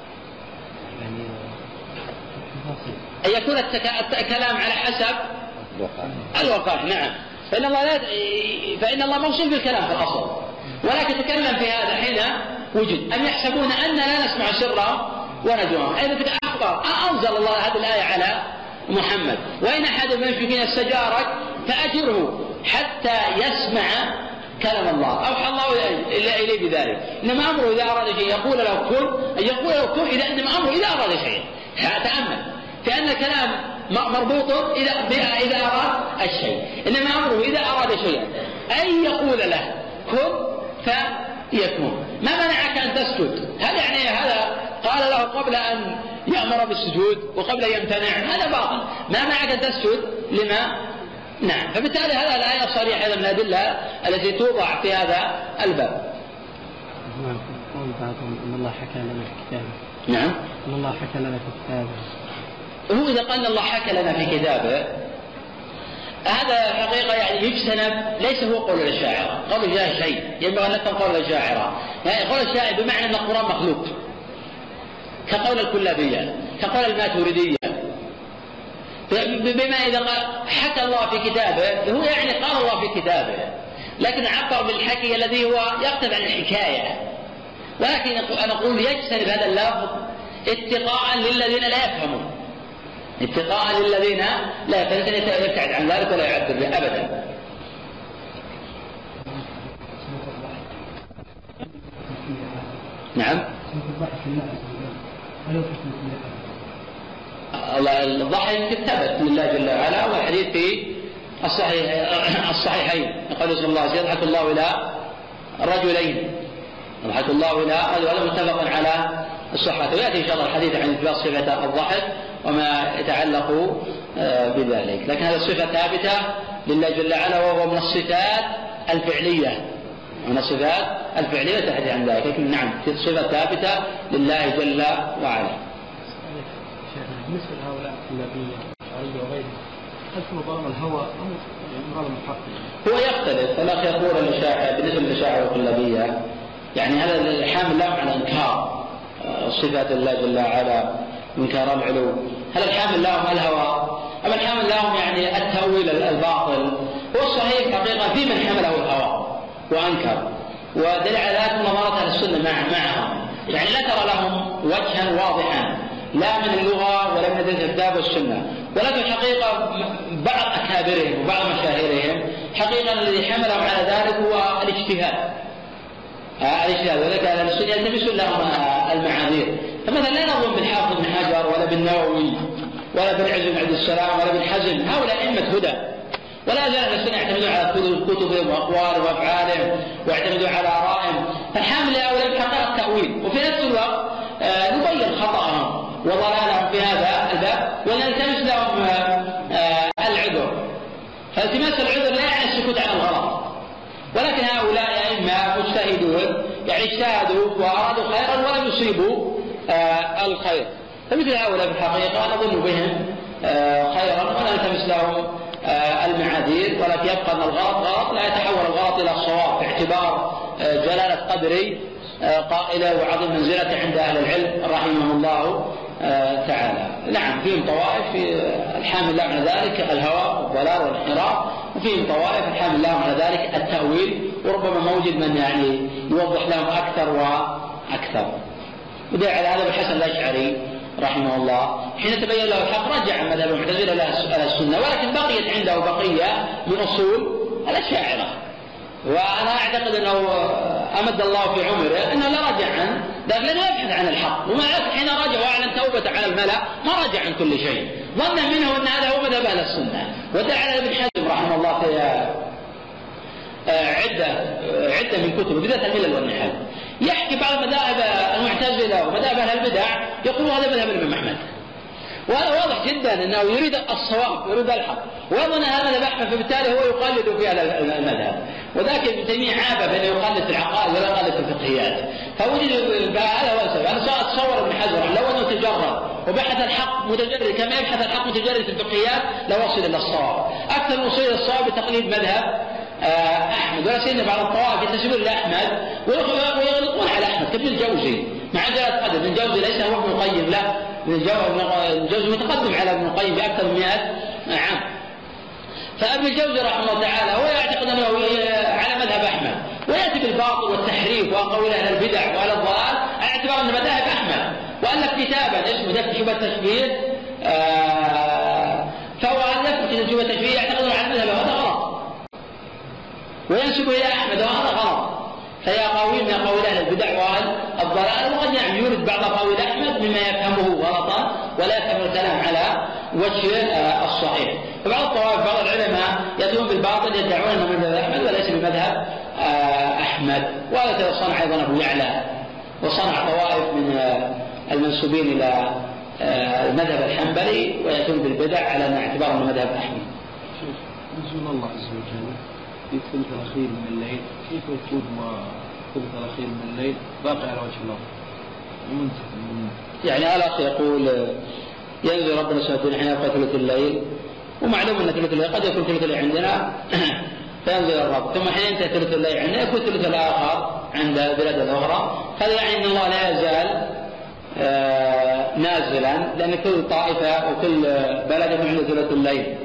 أن يكون الكلام على حسب الوقائع. نعم، فإن الله لا فإن الله موصول بالكلام في الأصل، ولكن تكلم في هذا حين وجد. أم يحسبون أن لا نسمع سرا ونجواهم. أيضا في الأخبار أنزل الله هذه الآية على محمد: وإن أحد من المشركين استجارك فأجره حتى يسمع كلام الله. أوحى الله إليه بذلك. إنما أمره إذا أراد شيء يقول له كن، أن يقول له كن إذا إنما أمره إذا أراد شيء. تأمل كأن الكلام مربوط إذا إذا أراد الشيء، إنما أمره إذا أراد شيئا أن يقول له كن فيكون. ما منعك أن تسجد؟ هذا يعني هذا قال له قبل أن يأمر بالسجود وقبل أن يمتنع، هذا باطل. ما منعك أن تسجد لما نعم. فبالتالي هذا الآية صريحة من الأدلة التي توضع في هذا الباب. قول بعضهم أن الله حكى لنا في كتابه. نعم، أن الله حكى لنا في كتابه. هو إذا قال الله حكى لنا في كتابه هذا حقيقة يعني يجتنب، ليس هو قول الشاعر. قول الشاعر شيء ينبغي أن نفهم قول الشاعر، يعني قول الشاعر بمعنى أن القرآن مخلوق، كقول الكلابية كقول الماتريدية. بما إذا قال حكى الله في كتابه هو يعني قال الله في كتابه، لكن عبر بالحكي الذي هو يقتضي عن الحكاية. ولكن أنا أقول يجتنب هذا اللفظ اتقاء للذين لا يفهمون، اتقاء للذين لا يفهمون، يبتعد عن ذلك ولا يعبر به أبدا. نعم، الضحك ثبت لله جل وعلا، والحديث في الصحيح الصحيحين يقول صلى الله عليه وسلم: يضحك الله إلى رجلين، يضحك الله إلى رجل. هذا متفق على الصحة. ويأتي إن شاء الله الحديث عن إثبات صفة الضحك وما يتعلق بذلك، لكن هذه الصفة ثابتة لله جل وعلا، وهو من الصفات الفعلية، من الصفات الفعلية تحدث عن ذلك. لكن نعم في صفة ثابتة لله جل وعلا. بالنسبة لهؤلاء الكلابية وغيرهم، هل في مظالم الهوى أم مظالم الحق؟ هو يختلف. الأخ يقول الأشاعرة بالنسبة للأشاعرة والكلابية يعني هذا الحامل لهم على إنكار صفات الله جل وعلا، إنكار العلو. هل الحامل لهم الهوى أم الحامل لهم يعني التأويل الباطل؟ هو الصحيح حقيقة في من حمله الهوى وأنكر، ودليل على ذلك مناظرة أهل السنة مع معهم، يعني لا ترى لهم وجها واضحا لا من اللغة ولا من أدلة الكتاب والسنة. ولكن حقيقة بعض أكابرهم وبعض مشاهيرهم حقيقة الذي حملهم على ذلك هو الاجتهاد. آه الاجتهاد، وذلك أهل السنة يلتمسون لهم المعاذير. فمثلا لا نظن بالحافظ بن حجر ولا بالنووي ولا بالعز عبد السلام ولا بالحزم، هؤلاء أئمة هدى، ولا زال أهل السنة يعتمدون على كتبهم وأقوالهم وأفعالهم ويعتمدون على آرائهم. فالحامل لهؤلاء الحقائق التأويل، وفي نفس الوقت آه نبين خطأهم وضلالهم في هذا الباب ونلتمس لهم آه العذر. فالتماس العذر لا يعني السكوت عن الغلط، ولكن هؤلاء أئمة مجتهدون يعني اجتهدوا وأرادوا خيرا ولم يصيبوا آه الخير. فمثل هؤلاء في الحقيقة نظن بهم آه خيرا ونلتمس لهم المعاذير، ولكن يبقى أن الغلط غلط لا يتحول الغلط إلى الصواب باعتبار جلالة قدر قائله وعظيم منزلته عند أهل العلم رحمهم الله تعالى. نعم فيهم طوائف الحامل الله على ذلك الهوى والضلال والانحراف، وفيهم طوائف الحامل الله على ذلك التأويل، وربما موجود من يعني يوضح لهم أكثر وأكثر. ودل على هذا بالحسن الأشعري رحمه الله حين تبين له الحق رجع عن مذهب المعتزلة إلى السنة، ولكن بقيت عنده بقية من أصول الأشاعرة، وأنا أعتقد أنه أمد الله في عمره أنه لا رجع عن ذلك، لأنه يبحث عن الحق، ومع ذلك حين رجع وأعلن توبة على الملأ ما رجع عن كل شيء، ظن منه أن هذا هو مذهب أهل السنة. ودل على ابن حزم رحمه الله في عدة عدة من كتبه بداية الملل والنحل يحكي بعض مذاهب المعتزلة ومذاهب أهل البدع، يقول هذا مذهب الإمام أحمد، وهذا واضح جدا أنه يريد الصواب يريد الحق، ويظن هذا مذهب أحمد، فبالتالي هو يقلد في هذا المذهب. وذاك ابن تيمية عابه بأنه يقلد في العقائد ولا يقلد في الفقهيات، فوجد هذا هو السبب. أنا أتصور ابن حجر لو أنه تجرد وبحث الحق متجرد كما يبحث الحق متجرد في الفقهيات لوصل إلى الصواب، أكثر من وصول إلى الصواب بتقليد مذهب أحمد. ولا سيدنا بعض الطوائف ينتسبون لأحمد ويغلطون على أحمد كابن الجوزي، مع جلالة قدر. ابن الجوزي ليس هو ابن القيم، لا، ابن الجوزي متقدم على ابن القيم بأكثر من مئة عام. فابن الجوزي رحمه الله تعالى هو يعتقد أنه على مذهب أحمد، ويأتي بالباطل والتحريف وأقوال أهل البدع وأهل الضلال على اعتبار أن مذاهب أحمد، وألف كتابا اسمه دفع شبهة التشبيه، فهو ألف شبهة التشبيه يعتقد على المذهب، وهذا غلط، وينسب إلى أحمد وهذا غلط. فهي أقاويل من أقاويل أهل البدع وأهل الضلال، وقد يعني يورد بعض أقاويل أحمد مما يفهمه غلطا ولا يفهم الكلام على وجه الصحيح. فبعض الطوائف بعض العلماء يأتون بالباطل يدعون أنه من مذهب أحمد وليس من مذهب أحمد، وهذا صنع أيضا أبو يعلى، وصنع طوائف من المنسوبين إلى المذهب الحنبلي ويأتون بالبدع على أن اعتبار من مذهب أحمد. نزول الله عز وجل في الثلث الأخير من الليل، كيف يكون الثلث الأخير من الليل باقي على وجه الأرض ومنتهي؟ يعني الأخ يقول ينزل ربنا سبحانه وتعالى حين يبقى ثلث الليل، ومعلوم أن ثلث الليل قد يكون ثلث الليل عندنا فينزل الرب، ثم حين ينتهي ثلث الليل عندنا يكون ثلث الآخر عند البلاد الأخرى. هذا يعني أن الله لا يزال آه نازلا، لأن كل طائفة وكل بلد يكون عنده ثلث الليل.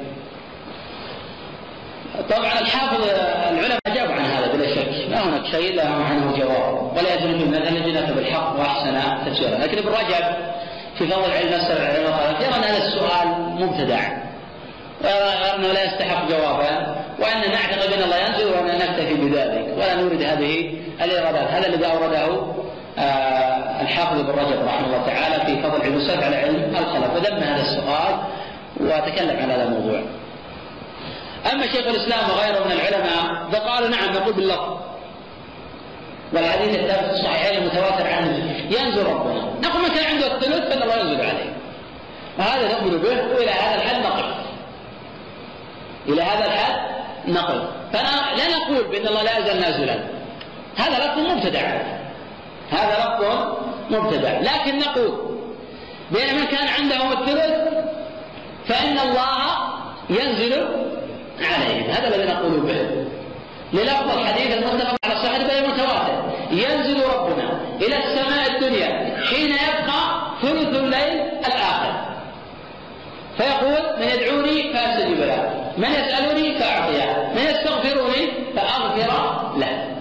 طبعا الحافظ العلماء أجابوا عن هذا بلا شك، ما هناك شيء لا عنه جواب، ولا يزال في المذهب الذي بالحق وأحسن تفسيرا. لكن ابن رجب في فضل العلم نسأل العلماء يرى أن هذا السؤال مبتدع، ويرى أنه لا يستحق جوابا، وأن نعتقد أن الله ينزل وأن نكتفي بذلك ولا نريد هذه الإرادات. هذا الذي أورده آه الحافظ ابن رجب رحمه الله تعالى في فضل علم السلف على علم الخلف، وذم هذا السؤال وتكلم عن هذا الموضوع. أما شيخ الإسلام وغيره من العلماء فقالوا نعم نقول باللفظ، والحديث الثابت في الصحيحين المتواتر عنه ينزل ربنا، نقول من كان عنده الثلث فإن الله ينزل عليه، وهذا نؤمن به، وإلى هذا الحد نقف، إلى هذا الحد نقف. فلا لا نقول بأن الله لا يزال نازلا، هذا لفظ مبتدع، هذا لفظ مبتدع، لكن نقول بأن من كان عنده الثلث فإن الله ينزل عليه، هذا الذي نقول به للفظ الحديث المتفق على صحته بل متواتر، ينزل ربنا إلى السماء الدنيا حين يبقى ثلث الليل الآخر، فيقول من يدعوني فأستجيب له، من يسألني فأعطيه، من يستغفرني فأغفر له.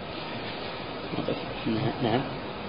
نعم.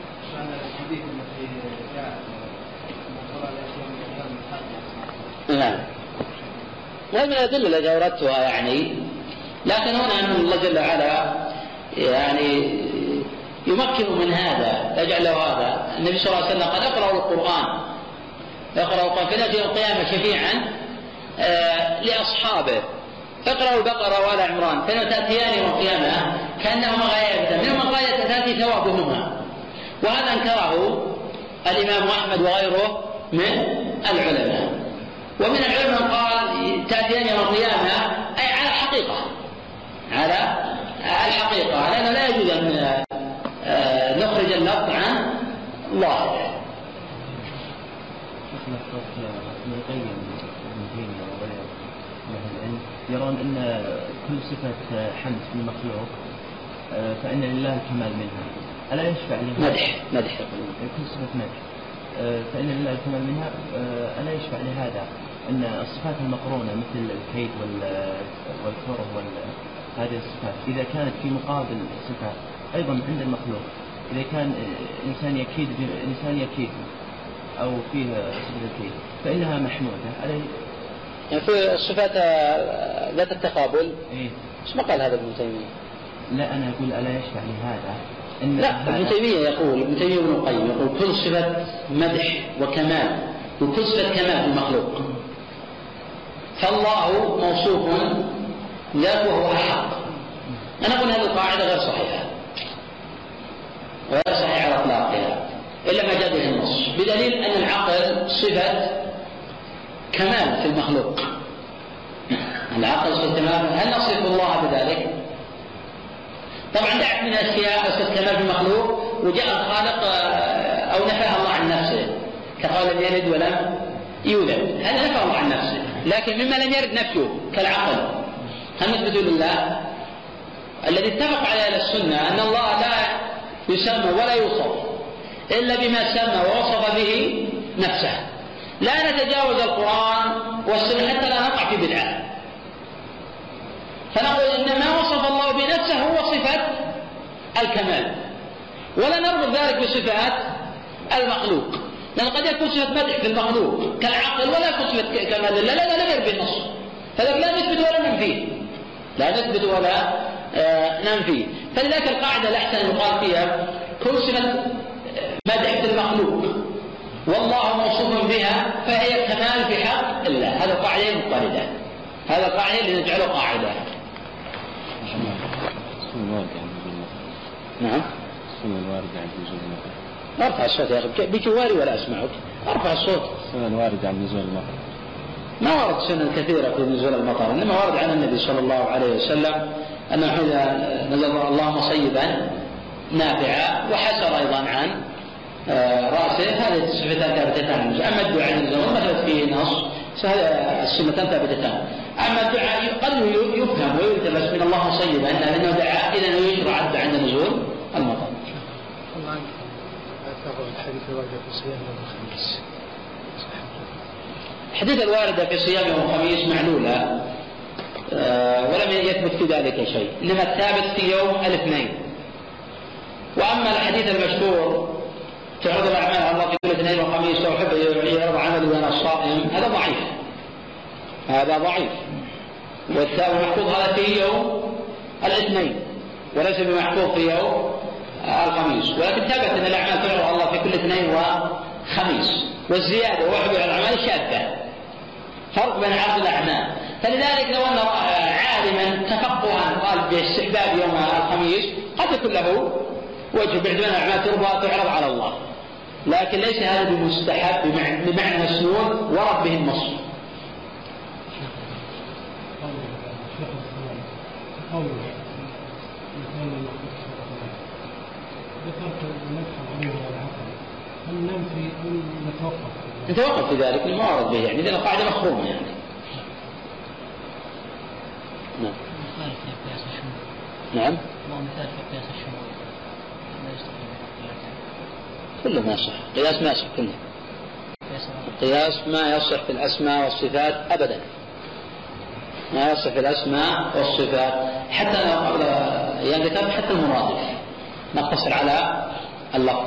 نعم. هذا من الأدلة التي أوردتها يعني، لكن هنا أن الله جل وعلا يعني يمكن من هذا، يجعل له هذا. النبي صلى الله عليه وسلم قد أقرأ القرآن، يقرأ القرآن في نهج القيامة شفيعا آه لأصحابه، اقرأوا البقرة وآل عمران فإنه تأتيان يوم القيامة كأنهما غايتان، منهما غاية تأتي ثوابهما، وهذا أنكره الإمام أحمد وغيره من العلماء. ومن العلماء قال تأتيان يوم القيامة أي على الحقيقة، على الحقيقة، لأنه لا يجوز أن نخرج اللفظ عن ظاهره. العلم يرون أن كل صفة حمد في المخلوق فإن لله الكمال منها، ألا يشفع لهذا؟ مدح مدح كل صفة مدح فإن لله الكمال منها، ألا يشفع لهذا أن الصفات المقرونة مثل الكيد والكره وهذه الصفات إذا كانت في مقابل صفات أيضا عند المخلوق، إذا كان إنسان يكيد إنسان يكيد أو فيه صفة الكيد فإنها محمودة عليه. يعني في الصفات ذات التقابل إيه؟ ايش ما قال هذا ابن تيمية؟ لا أنا أقول ألا يشفع لهذا إن لا ابن تيمية يقول ابن تيمية ابن القيم يقول كل صفة مدح وكمال وكل صفة كمال المخلوق، فالله موصوف ذاته وهو حق. أنا أقول هذه القاعدة غير صحيحة غير صحيحة على إطلاقها إلا ما جاء به النص، بدليل أن العقل صفة كمال في المخلوق. العقل صفة كمال، هل نصف الله بذلك؟ طبعا دعت من أشياء صفة كمال في المخلوق وجاء الخالق أو نفاها الله عن نفسه كقول لم يلد ولم يولد، هذا نفاه الله عن نفسه، لكن مما لم يرد نفيه كالعقل هل نثبت لله؟ الذي اتفق عليه أهل السنة أن الله لا يسمى ولا يوصف إلا بما سمى ووصف به نفسه، لا نتجاوز القرآن والسنة حتى لا نقع في بدعة، فنقول إن ما وصف الله بنفسه هو صفة الكمال ولا نربط ذلك بصفات المخلوق، لأن قد يكون صفة مدح في المخلوق كالعقل ولا يكون صفة كمال لا لا لا يرد بالنص، فذلك لا نثبت ولا ننفيه لا نثبت ولا آه ننفيه. فلذلك القاعدة الأحسن يقال فيها كل صفة مدح في المخلوق والله موصوف بها فهي كمال في حق الله، هذا قاعدة مضطردة، هذا قاعدة اللي نجعله قاعدة. نعم السنة الواردة عن نزول المطر. ارفع الصوت يا أخي بجواري ولا أسمعك، ارفع الصوت. السنة الواردة عن نزول المطر ما ورد سنة كثيرة في نزول المطر، إنما ورد عن النبي صلى الله عليه وسلم أنه إذا نزل اللهم صيبا نافعا، وحسر أيضا عن رأسه، هذه الصفتان ثابتتان. أما الدعاء عند الزمن ما ثبت فيه نص، السنتان ثابتتان. أما الدعاء قد يفهم ويلتبس من الله صيبا لأنه دعاء إذا يشرع الدعاء عند نزول المطر. الله عنك أتابع الحديث الواردة في صيام يوم الخميس. الحديث الواردة في صيام يوم الخميس معلولة أه ولم يثبت في ذلك شيء، إنما الثابت في يوم الاثنين. وأما الحديث المشهور تعرض الأعمال على الله في كل اثنين وخميس وأحب يعرض عملي وأنا الصائم، هذا ضعيف هذا ضعيف والمحفوظ هذا في يوم الاثنين وليس بمحفوظ في يوم الخميس، ولكن ثبت أن الأعمال تعرض على الله في كل اثنين وخميس، والزيادة وحب الأعمال شاذة، فرق بين عرض الأعمال. فلذلك لو أن عالما تفقها قال باستحباب يوم الخميس قد يكون له وجه باعتبار الأعمال تعرض على الله، لكن ليس هذا بمستحب بمعنى مسنون ورد به النص. نتوقف في ذلك ما ورد به، يعني لأن القاعدة مفهومة يعني. نعم. نعم. كله ما يصح، قياس ما يصح كله. القياس ما يصح في الأسماء والصفات أبدا، ما يصح في الأسماء والصفات حتى قبل يذكر حتى المرادف نقتصر على اللفظ.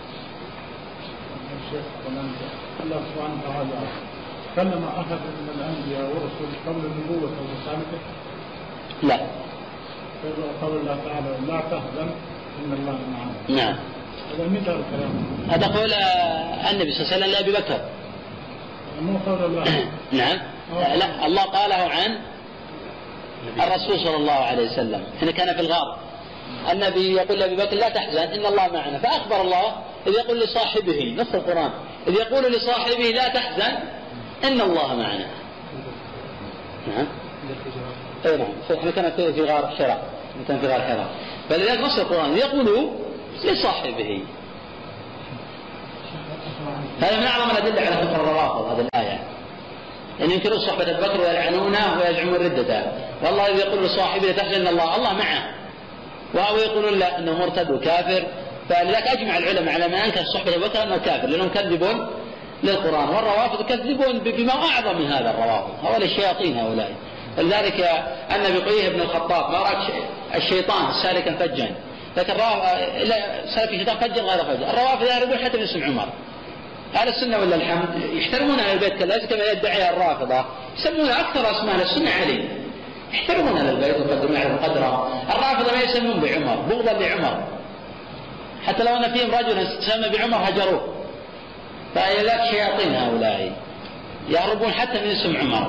الله سبحانه وتعالى كلم أحد من الأنبياء ورسل قبل النبوة ورسالته؟ لا. قول الله تعالى لا تحزن إن الله معنا. نعم. هذا متى الكلام؟ هذا قول النبي صلى الله عليه وسلم لأبي بكر. مو قول الله. نعم. لا الله قاله عن الرسول صلى الله عليه وسلم حين كان في الغار، النبي يقول لأبي بكر لا تحزن إن الله معنا، فأخبر الله إذ يقول لصاحبه نص القرآن إذ يقول لصاحبه لا تحزن إن الله معنا. نعم. أي نعم. إحنا كان في غار حراء، كان في غار حراء، فلذلك نص القرآن يقول لصاحبه. هذا من أعظم الأدلة على كفر الروافض هذه الآية، يعني ينكرون صحبة أبي بكر ويلعنونه ويزعمون ردته، والله يقول لصاحبه تحزن الله الله معه، وهو يقولون لا انه مرتد وكافر. فلذلك اجمع العلماء على ما انكر صحبة ابي بكر انه كافر، لانهم يكذبون للقرآن، والروافض يكذبون بما اعظم من هذا. الروافض هؤلاء الشياطين هؤلاء. ولذلك ان ابي بن الخطاب ما راى الشيطان سالكا فجا، لكن سالك الشيطان فجا غير فجا. الروافض يهربون حتى من اسم عمر. اهل السنه ولا الحمد يحترمون اهل البيت كما يدعي الرافضه، يسمون اكثر اسماء اهل السنه علي، يحترمون اهل البيت ويقدرون عليهم قدره. الرافضه ما يسمون بعمر بغضا لعمر، حتى لو ان فيهم رجلا سمى بعمر هجروه. فهؤلاء شياطين هؤلاء يهربون حتى من اسم عمر.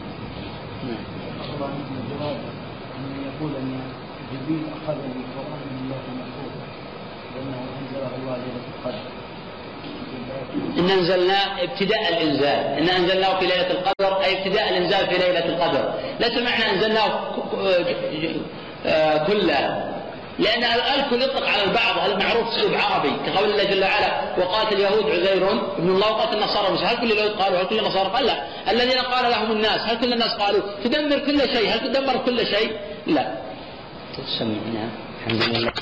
طبعا الجواب أن يقول أن جبريل أخذ القرآن من الله المحفوظ لأنه أنزله الله ليلة القدر. إن أنزلناه ابتداء الإنزال، إن أنزلناه في ليلة القدر أي ابتداء الإنزال في ليلة القدر، ليس معنى أنزلناه كله، لأن الكل يطلق على البعض، المعروف أسلوب عربي كقول الله جل وعلا وقالت اليهود عزير ابن الله وقالت النصارى مسيح. هل كل اليهود قالوا؟ هل كل النصارى قال؟ لا. الذين قال لهم الناس هل كل الناس قالوا تدمر كل شيء؟ هل تدمر كل شيء؟ لا. تسمعنا الحمد لله.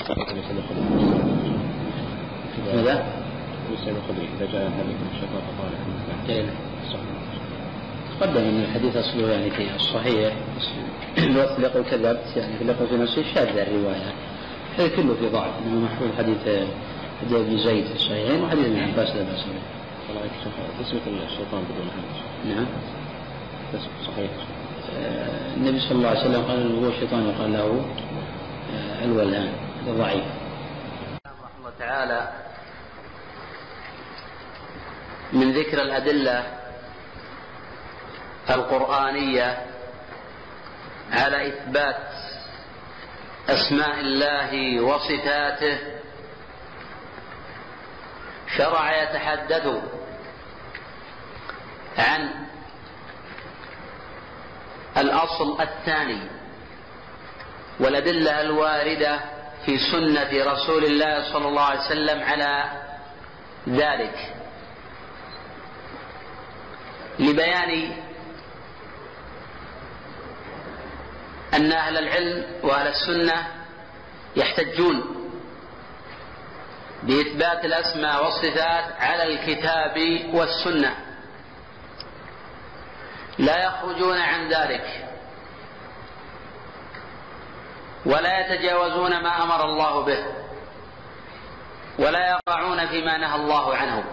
ماذا؟ إذا جاء هذه الشيطان فقال تقدم ان الحديث اصله يعني في الصحيح الوقت اللي يقول كذبت يعني في اللي في نفسه شاذة الروايه، هذا كله في ضعف، انما محفوظ حديث حديث ابن زيد في الصحيحين وحديث ابن عباس لا باس به. تسمية الشيطان بدون همز. نعم. صحيح. النبي صلى الله عليه وسلم قال هو الشيطان يقال له الولهان، هذا ضعيف. رحمه الله تعالى من ذكر الأدلة القرآنية على إثبات أسماء الله وصفاته، شرع يتحدث عن الأصل الثاني والأدلة الواردة في سنة رسول الله صلى الله عليه وسلم على ذلك، لبيان أن أهل العلم وأهل السنة يحتجون بإثبات الأسماء والصفات على الكتاب والسنة، لا يخرجون عن ذلك ولا يتجاوزون ما أمر الله به ولا يقعون فيما نهى الله عنه.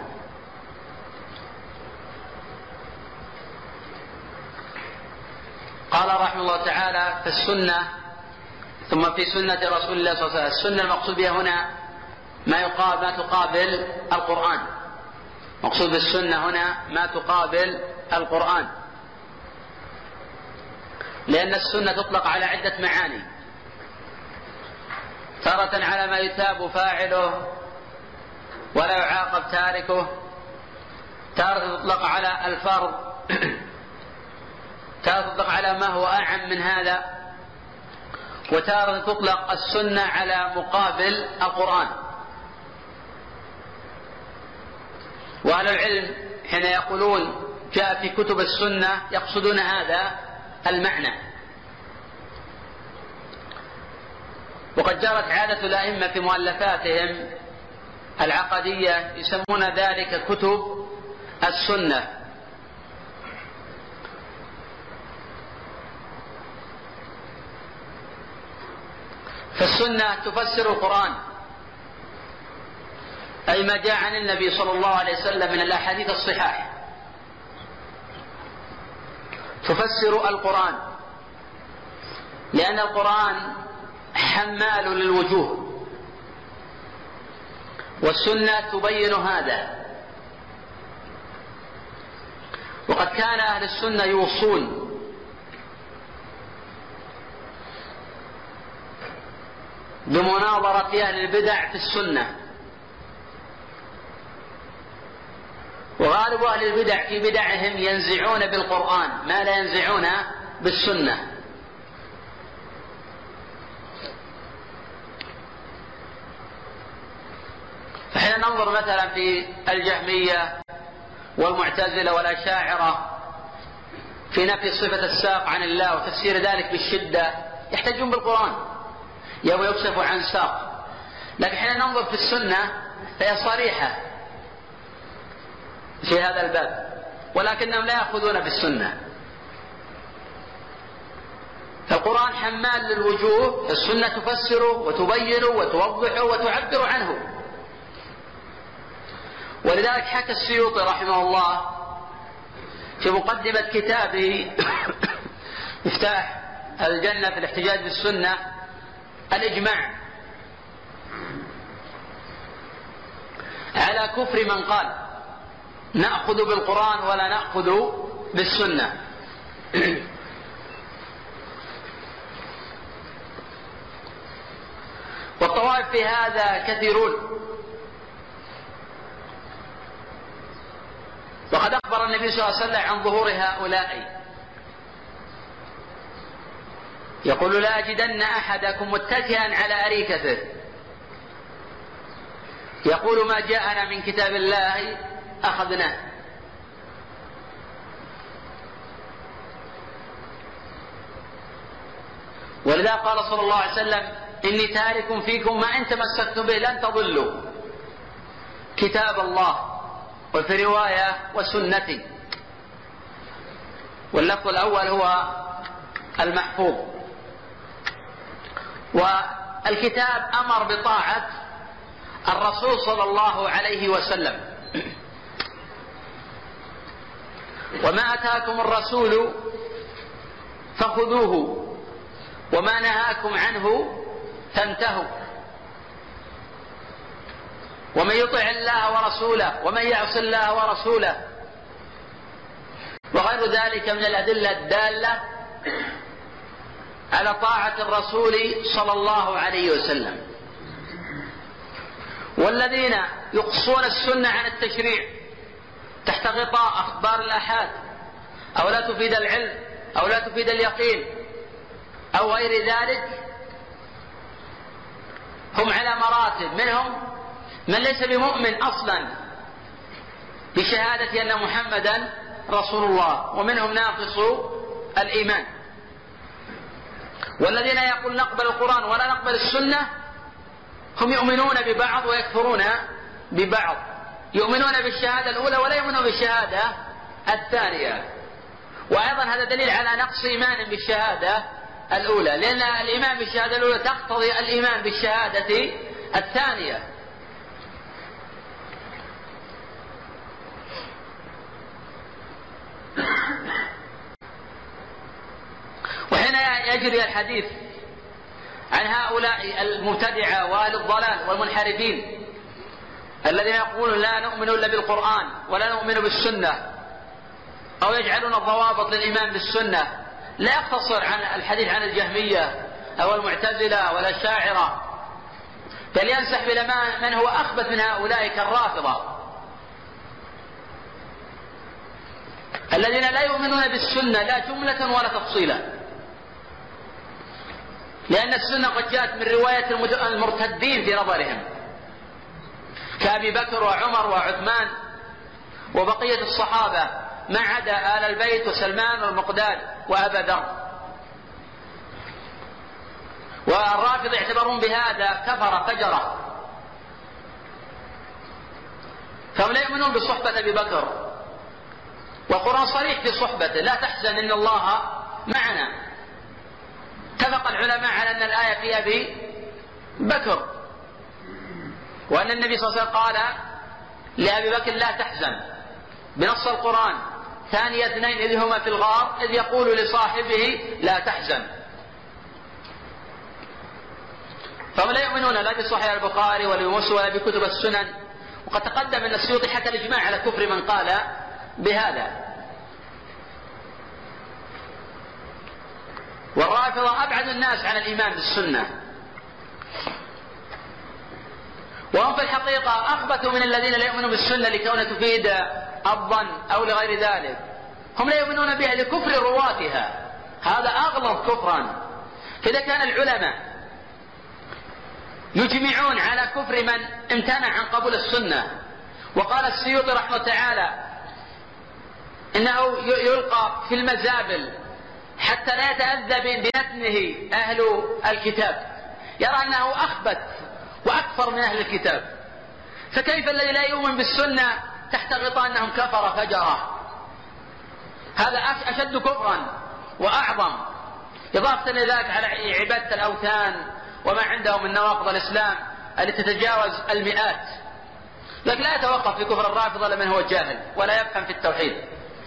قال رحمه الله تعالى في السنة ثم في سنة رسول الله صلى الله عليه وسلم. السنة المقصود بها هنا ما يقابل ما تقابل القرآن، مقصود بالسنة هنا ما تقابل القرآن، لأن السنة تطلق على عدة معاني، تارة على ما يثاب فاعله ولا يعاقب تاركه، تارة تطلق على الفرض، تارة تطلق على ما هو أعم من هذا، وتارة تطلق السنة على مقابل القرآن. وأهل العلم حين يقولون جاء في كتب السنة يقصدون هذا المعنى. وقد جرت عادة الأئمة في مؤلفاتهم العقدية يسمون ذلك كتب السنة، فالسنة تفسر القرآن أي ما جاء عن النبي صلى الله عليه وسلم من الأحاديث الصحاح، تفسر القرآن لأن القرآن حمال للوجوه، والسنة تبين هذا. وقد كان أهل السنة يوصون بمناظرة أهل البدع في السنة، وغالب أهل البدع في بدعهم ينزعون بالقرآن ما لا ينزعون بالسنة. فحين ننظر مثلا في الجهمية والمعتزلة والأشاعرة في نفي صفة الساق عن الله وتفسير ذلك بالشدة يحتجون بالقرآن يوم يكشف عن ساق، لكن حين ننظر في السنة فهي صريحة في هذا الباب، ولكنهم لا يأخذون بالسنة. القرآن حمال للوجوه، السنة تفسره وتبينه وتوضحه وتعبر عنه. ولذلك حكى السيوطي رحمه الله في مقدمة كتابه مفتاح الجنة في الاحتجاج بالسنة الإجماع على كفر من قال نأخذ بالقرآن ولا نأخذ بالسنة. والطوائف في هذا كثيرون، وقد أخبر النبي صلى الله عليه وسلم عن ظهور هؤلاء، يقول لا أجدن أحدكم متكئا على أريكته يقول ما جاءنا من كتاب الله أخذناه. ولذا قال صلى الله عليه وسلم إني تارك فيكم ما إن تمسكتم به لن تضلوا، كتاب الله، وفي رواية وسنتي، واللفظ الأول هو المحفوظ. والكتاب أمر بطاعة الرسول صلى الله عليه وسلم، وما أتاكم الرسول فخذوه وما نهاكم عنه فانتهوا، ومن يطع الله ورسوله ومن يعص الله ورسوله، وغير ذلك من الأدلة الدالة على طاعة الرسول صلى الله عليه وسلم. والذين يقصون السنة عن التشريع تحت غطاء أخبار الآحاد أو لا تفيد العلم أو لا تفيد اليقين أو غير ذلك هم على مراتب، منهم من ليس بمؤمن أصلا بشهادة أن محمدا رسول الله، ومنهم ناقص الإيمان. والذين يقول نقبل القرآن ولا نقبل السنة هم يؤمنون ببعض ويكفرون ببعض، يؤمنون بالشهادة الأولى ولا يؤمنون بالشهادة الثانية. وأيضا هذا دليل على نقص إيمان بالشهادة الأولى، لأن الإيمان بالشهادة الأولى تقتضي الإيمان بالشهادة الثانية. وحين يجري الحديث عن هؤلاء المبتدعة وأهل الضلال والمنحرفين الذين يقولون لا نؤمن إلا بالقرآن ولا نؤمن بالسنة، أو يجعلون الضوابط للإيمان بالسنة، لا يقتصر عن الحديث عن الجهمية أو المعتزلة ولا الشاعرة، بل ينسحب إلى من هو أخبث من هؤلاء كالرافضة الذين لا يؤمنون بالسنة لا جملة ولا تفصيلا، لأن السنة قد جاءت من رواية المرتدين في نظرهم كأبي بكر وعمر وعثمان وبقية الصحابة ما عدا آل البيت وسلمان والمقداد وأبا ذر. والرافضة يعتبرون بهذا كفر فجرة، فهم لا يؤمنون بصحبة أبي بكر، والقرآن صريح في صحبته لا تحزن إن الله معنا. اتفق العلماء على أن الآية في أبي بكر، وأن النبي صلى الله عليه وسلم قال لأبي بكر لا تحزن بنص القرآن، ثاني اثنين إذ هما في الغار إذ يقول لصاحبه لا تحزن. فهم لا يؤمنون لا بصحيح البخاري ولا بمسلم ولا بكتب السنن. وقد تقدم أن السيوطي حكى الإجماع على كفر من قال بهذا. والرافضة أبعد الناس عن الإيمان بالسنة، وهم في الحقيقة أخبث من الذين لا يؤمنون بالسنة لكونها تفيد الظن أو لغير ذلك. هم لا يؤمنون بها لكفر رواتها، هذا أغلظ كفرا. فإذا كان العلماء يجمعون على كفر من امتنع عن قبول السنة، وقال السيوطي رحمه تعالى إنه يلقى في المزابل حتى لا يتأذى بنتنه أهل الكتاب، يرى أنه أخبث وأكثر من أهل الكتاب. فكيف الذي لا يؤمن بالسنة تحت غطاء أنهم كفر فجرة؟ هذا أشد كفرا وأعظم، إضافة لذلك على عبادة الأوثان وما عندهم من نواقض الإسلام التي تتجاوز المئات. لكن لا يتوقف في كفر الرافضة لمن هو جاهل ولا يفهم في التوحيد.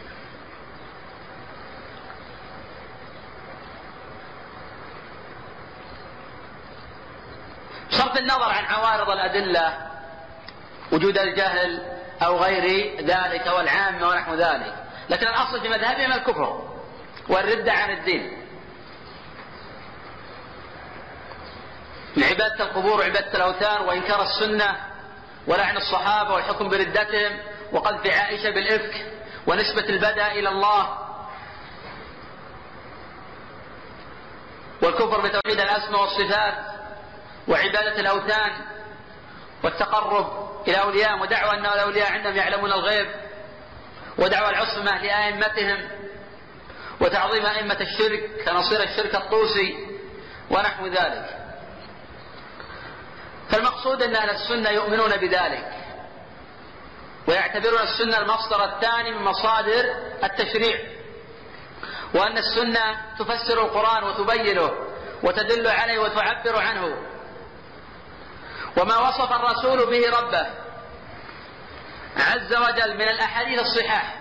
بصرف النظر عن عوارض الأدلة، وجود الجهل أو غير ذلك والعامة ونحو ذلك، لكن الأصل في مذهبهم الكفر والردة عن الدين من عبادة القبور وعبادة الأوثان وإنكار السنة ولعن الصحابة والحكم بردتهم وقذف عائشة بالإفك ونسبة البدء إلى الله والكفر بتوحيد الأسماء والصفات وعبادة الأوثان والتقرب إلى أولياء ودعوى أن الأولياء عندهم يعلمون الغيب ودعوى العصمة لأئمتهم وتعظيم أئمة الشرك كنصير الشرك الطوسي ونحو ذلك. فالمقصود أن أهل السنة يؤمنون بذلك ويعتبرون السنة المصدر الثاني من مصادر التشريع، وأن السنة تفسر القرآن وتبينه وتدل عليه وتعبر عنه، وما وصف الرسول به ربه عز وجل من الأحاديث الصحاح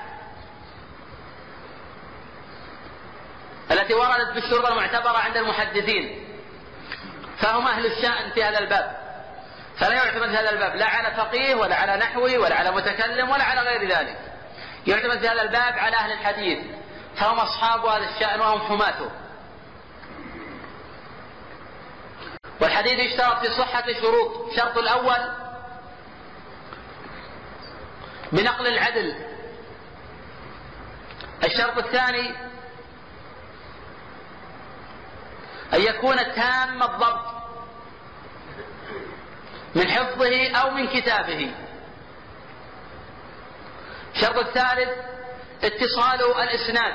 التي وردت بالشروط المعتبرة عند المحدثين، فهم أهل الشأن في هذا الباب، فلا يعتمد في هذا الباب لا على فقيه ولا على نحوي ولا على متكلم ولا على غير ذلك، يعتمد في هذا الباب على أهل الحديث، فهم أصحاب هذا الشأن وهم حماته. والحديث يشترط في صحة شروط: الشرط الأول بنقل العدل، الشرط الثاني أن يكون تام الضبط من حفظه أو من كتابه، الشرط الثالث اتصال الإسناد،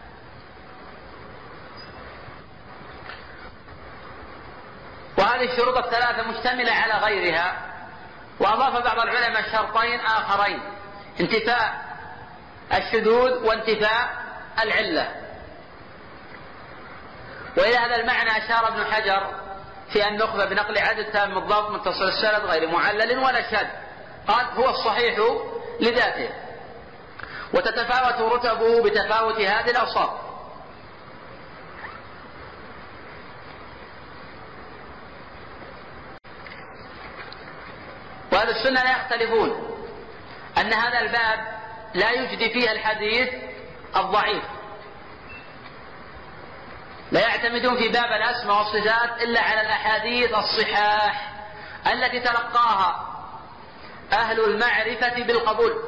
وهذه الشروط الثلاثة مشتملة على غيرها، وأضاف بعض العلماء شرطين آخرين: انتفاء الشذوذ وانتفاء العلة. وإلى هذا المعنى أشار ابن حجر في النخبة بنقل عدد تام الضبط متصل السند غير معلل ولا شاذ، قال هو الصحيح لذاته وتتفاوت رتبه بتفاوت هذه الأوصاف. وأهل السنة لا يختلفون أن هذا الباب لا يجدي فيه الحديث الضعيف، لا يعتمدون في باب الأسماء والصفات إلا على الأحاديث الصحاح التي تلقاها أهل المعرفة بالقبول.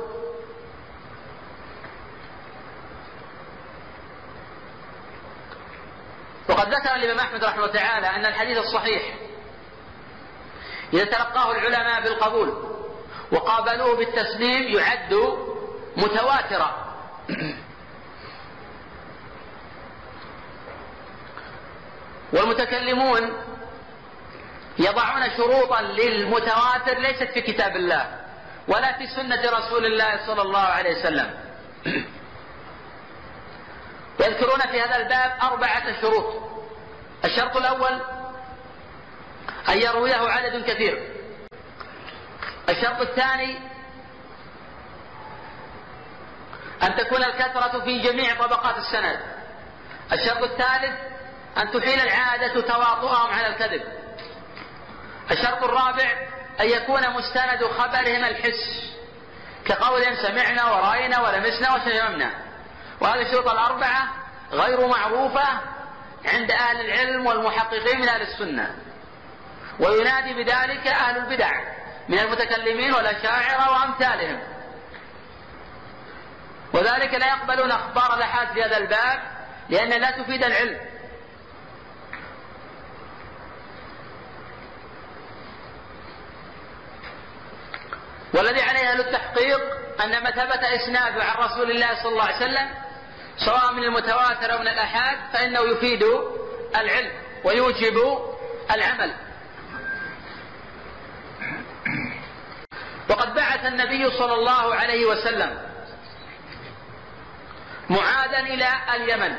وقد ذكر الإمام أحمد رحمه الله تعالى أن الحديث الصحيح إذا تلقاه العلماء بالقبول وقابلوه بالتسليم يعد متواترا. والمتكلمون يضعون شروطا للمتواتر ليست في كتاب الله ولا في سنة رسول الله صلى الله عليه وسلم، ويذكرون في هذا الباب أربعة شروط: الشرط الأول أن يرويه عدد كثير، الشرط الثاني أن تكون الكثرة في جميع طبقات السند، الشرط الثالث أن تحيل العادة تواطؤهم على الكذب، الشرط الرابع أن يكون مستند خبرهم الحس كقولهم سمعنا ورأينا ولمسنا وشممنا. وهذه الشروط الأربعة غير معروفة عند أهل العلم والمحققين من أهل السنة، وينادي بذلك أهل البدع من المتكلمين والأشاعرة وأمثالهم، وذلك لا يقبلون أخبار الآحاد في هذا الباب لأن لا تفيد العلم. والذي عليه أهل التحقيق أن ما ثبت إسناده عن رسول الله صلى الله عليه وسلم سواء من المتواتر أو من الآحاد فإنه يفيد العلم ويوجب العمل. وقد بعث النبي صلى الله عليه وسلم معاذا إلى اليمن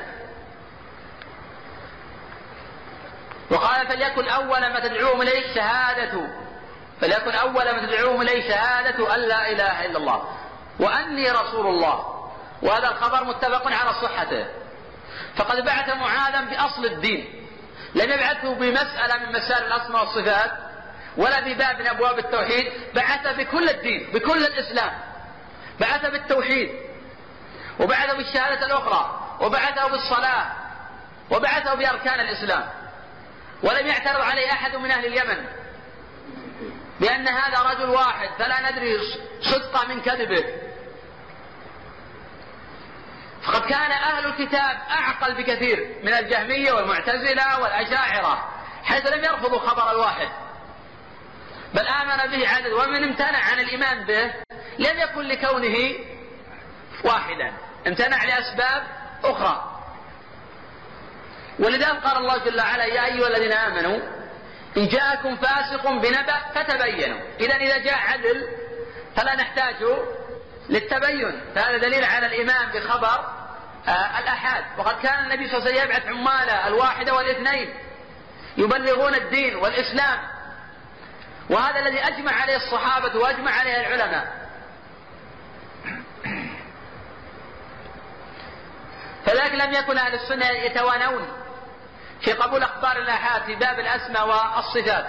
وقال فليكن أول ما تدعوهم إليه شهادة فليكن أول ما تدعوهم إليه شهادة أن لا إله إلا الله وأني رسول الله. وهذا الخبر متفق على صحته. فقد بعث معاذا بأصل الدين، لم يبعثه بمسألة من مسائل الأسماء والصفات ولا بباب من أبواب التوحيد، بعث بكل الدين بكل الإسلام، بعث بالتوحيد وبعث بالشهادة الأخرى وبعثه بالصلاة وبعثه بأركان الإسلام. ولم يعترض عليه أحد من أهل اليمن بأن هذا رجل واحد فلا ندري صدق من كذبه. فقد كان أهل الكتاب أعقل بكثير من الجهمية والمعتزلة والأشاعرة، حيث لم يرفضوا خبر الواحد بل آمن به عدد، ومن امتنع عن الإيمان به لم يكن لكونه واحدا، امتنع لأسباب أخرى. ولذلك قال الله جل وعلا يا أيها الذين آمنوا إن جاءكم فاسق بنبأ فتبينوا. إذا إذا جاء عدل فلا نحتاج للتبين، فهذا دليل على الإيمان بخبر آه الآحاد. وقد كان النبي صلى الله عليه وسلم يبعث عماله الواحدة والاثنين يبلغون الدين والإسلام، وهذا الذي أجمع عليه الصحابة وأجمع عليه العلماء. فذلك لم يكن أهل السنة يتوانون في قبول أخبار الآحاد في باب الأسماء والصفات،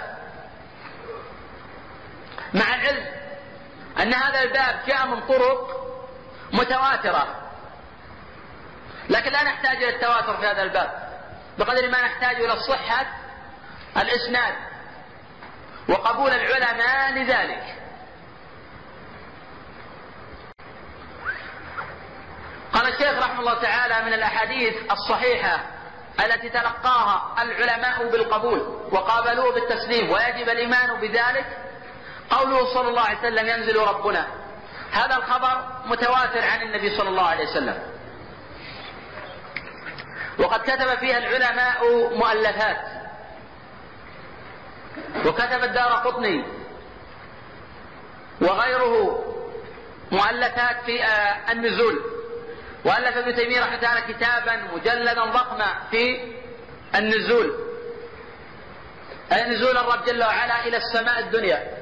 مع العلم أن هذا الباب جاء من طرق متواترة، لكن لا نحتاج إلى التواتر في هذا الباب بقدر ما نحتاج إلى صحة الإسناد وقبول العلماء لذلك. قال الشيخ رحمه الله تعالى من الأحاديث الصحيحة التي تلقاها العلماء بالقبول وقابلوه بالتسليم ويجب الإيمان بذلك قوله صلى الله عليه وسلم ينزل ربنا. هذا الخبر متواتر عن النبي صلى الله عليه وسلم، وقد كتب فيها العلماء مؤلفات، وكتب الدارقطني وغيره مؤلفات في النزول، وألف ابن تيمية رحمه الله تعالى كتابا مجلدا ضخما في النزول، أي نزول الرب جل وعلا إلى السماء الدنيا.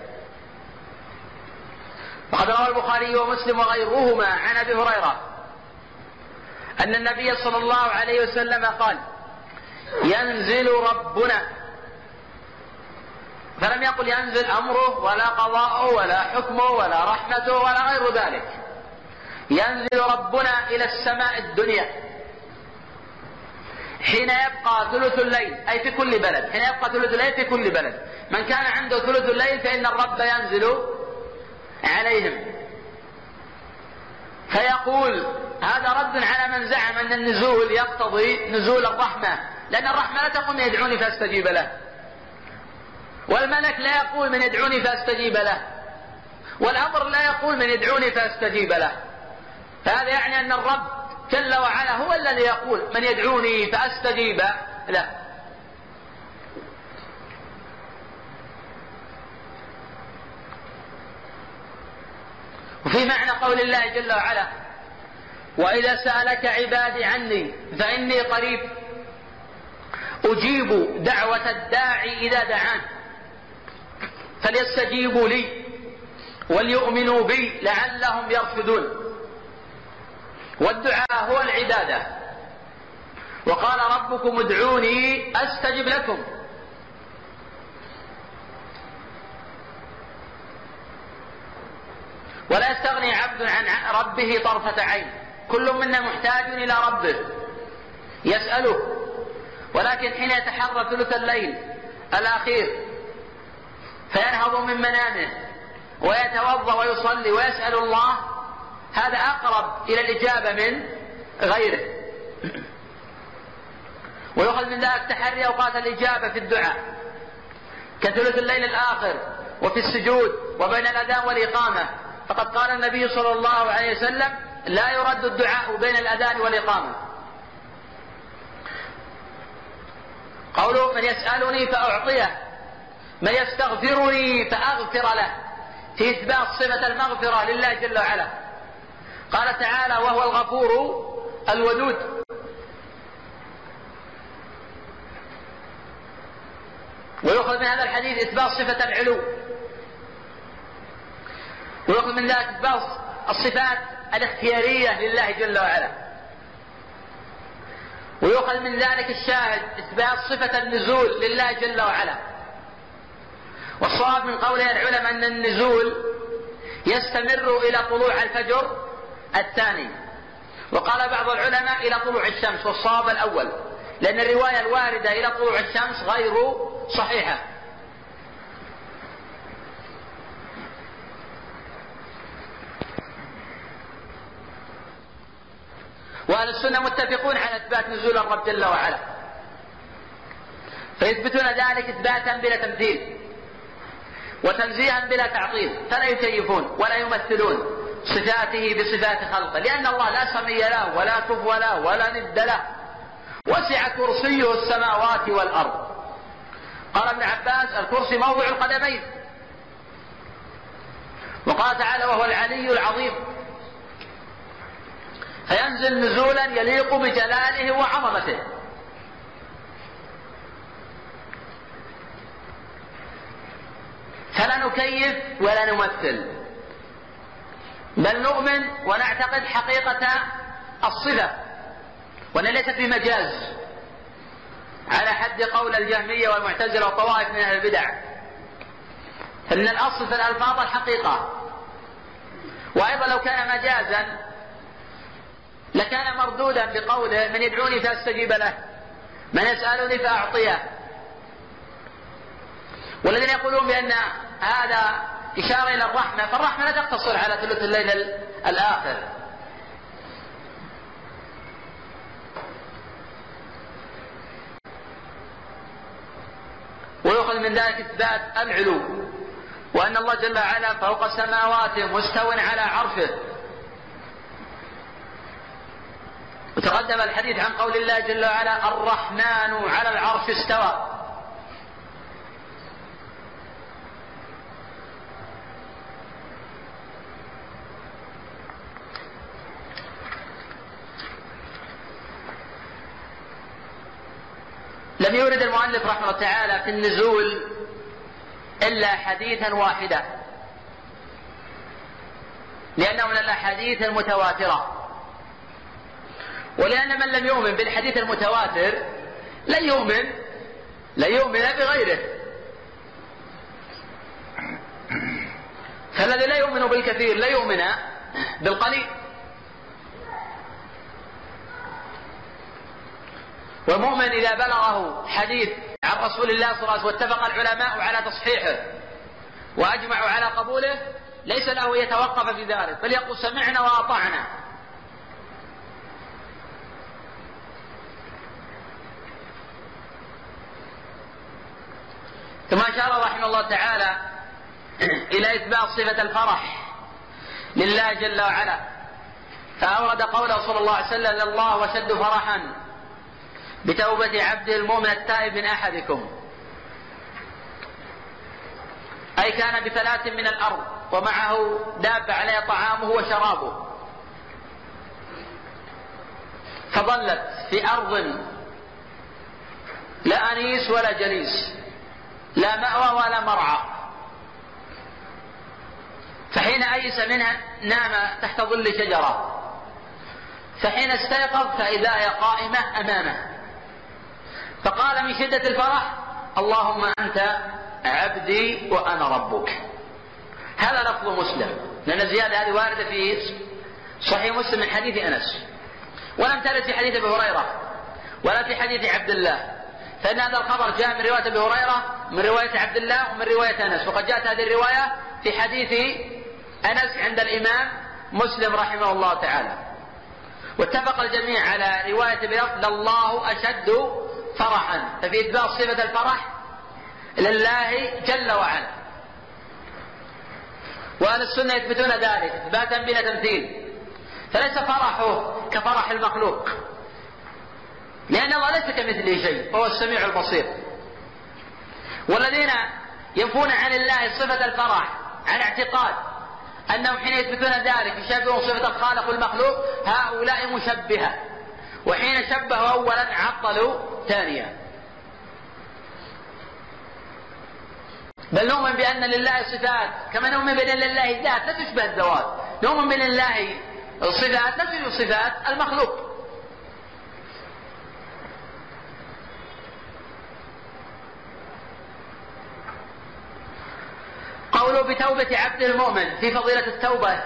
وقد روى البخاري ومسلم وغيرهما عن أبي هريرة أن النبي صلى الله عليه وسلم قال ينزل ربنا، فلم يقل ينزل أمره ولا قضاءه ولا حكمه ولا رحمته ولا غير ذلك، ينزل ربنا إلى السماء الدنيا حين يبقى ثلث الليل، أي في كل بلد، حين يبقى ثلث الليل في كل بلد. من كان عنده ثلث الليل فإن الرب ينزل عليهم فيقول، هذا رد على من زعم أن النزول يقتضي نزول الرحمة، لأن الرحمة لا تقول من يدعوني فأستجيب له، والملك لا يقول من يدعوني فأستجيب له، والأمر لا يقول من يدعوني فأستجيب له. فهذا يعني أن الرب جل وعلا هو الذي يقول من يدعوني فأستجيب له. وفي معنى قول الله جل وعلا وإذا سألك عبادي عني فإني قريب أجيب دعوة الداعي إذا دعان فليستجيبوا لي وليؤمنوا بي لعلهم يرشدون. والدعاء هو العبادة، وقال ربكم ادعوني أستجب لكم. ولا يستغني عبد عن ربه طرفة عين، كل منا محتاج إلى ربه يسأله، ولكن حين يتحرى ثلث الليل الأخير فينهض من منامه ويتوضأ ويصلي ويسأل الله، هذا أقرب إلى الإجابة من غيره. ويؤخذ من ذلك تحري أوقات الإجابة في الدعاء كثلث الليل الآخر وفي السجود وبين الأذان والإقامة فقد قال النبي صلى الله عليه وسلم: لا يرد الدعاء بين الأذان والإقامة. قوله: من يسألني فأعطيه، من يستغفرني فأغفر له، في إثبات صفة المغفرة لله جل وعلا. قال تعالى: وهو الغفور الودود. ويؤخذ من هذا الحديث إثبات صفة العلو، ويؤخذ من ذلك إثبات الصفات الاختيارية لله جل وعلا، ويؤخذ من ذلك الشاهد إثبات صفة النزول لله جل وعلا. والصواب من قوله العلماء أن النزول يستمر إلى طلوع الفجر الثاني، وقال بعض العلماء إلى طلوع الشمس، والصواب الأول، لأن الرواية الواردة إلى طلوع الشمس غير صحيحة. وأهل السنة متفقون على إثبات نزول الرب جل وعلا، فيثبتون ذلك إثباتا بلا تمثيل وتنزيها بلا تعطيل، فلا يكيفون ولا يمثلون صفاته بصفات خلقه، لأن الله لا سمي له ولا كفو له ولا ند له، وسع كرسيه السماوات والأرض. قال ابن عباس: الكرسي موضع القدمين. وقال تعالى: وهو العلي العظيم، فينزل نزولا يليق بجلاله وعظمته. فلا نكيف ولا نمثل، بل نؤمن ونعتقد حقيقة الصفة، وأن ليست بمجاز على حد قول الجهمية والمعتزلة والطوائف من أهل البدع، فإن الأصل في الألفاظ الحقيقة. وأيضا لو كان مجازا لكان مردودا بقوله: من يدعوني فأستجيب له، من يسألني فأعطيه. والذين يقولون بأن هذا إشارة إلى الرحمة، فالرحمة لا تقتصر على ثلث الليل الآخر. ويؤخذ من ذلك إثبات العلو، وأن الله جل وعلا فوق سماواته مستو على عرشه. وتقدم الحديث عن قول الله جل وعلا: الرحمن على العرش استوى. لم يورد المؤلف رحمه الله تعالى في النزول إلا حديثا واحدا، لأنه من الأحاديث المتواترة، ولأن من لم يؤمن بالحديث المتواتر لن يؤمن لن يؤمن بغيره. فالذي لا يؤمن بالكثير لا يؤمن بالقليل. والمؤمن إذا بلغه حديث عن رسول الله صلى الله عليه وسلم واتفق العلماء على تصحيحه وأجمعوا على قبوله، ليس له يتوقف في ذلك، بل يقول: سمعنا وأطعنا. ثم أشار رحمه الله تعالى إلى إثبات صفة الفرح لله جل وعلا، فأورد قوله صلى الله عليه وسلم: الله وشد فرحا بتوبة عبده المؤمن التائب من أحدكم، أي كان بفلاة من الأرض ومعه دابة عليها طعامه وشرابه، فظلت في أرض لا أنيس ولا جليس، لا مأوى ولا مرعى، فحين أيس منها نام تحت ظل شجرة، فحين استيقظ فإذا هي قائمة أمامه، فقال من شدة الفرح: اللهم أنت عبدي وأنا ربك. هذا لفظ مسلم، لأن الزيادة هذه واردة في صحيح مسلم من حديث أنس، ولم ترد في حديث أبي هريرة ولا في حديث عبد الله، فإن هذا الخبر جاء من رواية أبي هريرة من رواية عبد الله ومن رواية أنس، وقد جاءت هذه الرواية في حديث أنس عند الإمام مسلم رحمه الله تعالى. واتفق الجميع على رواية بلفظ: الله أشد فرحا، ففي إثبات صفة الفرح لله جل وعلا. وأهل السنة يثبتون ذلك إثباتا بلا تمثيل، فليس فرحه كفرح المخلوق، لأن الله ليس كمثله شيء وهو السميع البصير. والذين ينفون عن الله صفة الفرح على اعتقاد أنهم حين يثبتون ذلك يشبهون صفة الخالق والمخلوق، هؤلاء مشبهة، وحين شبهوا أولا عطلوا ثانيا. بل نؤمن بأن لله صفات كما نؤمن بأن لله ذات لا تشبه الذوات، نؤمن بأن لله صفات لا تشبه صفات المخلوق. قوله بتوبة عبد المؤمن في فضيلة التوبة،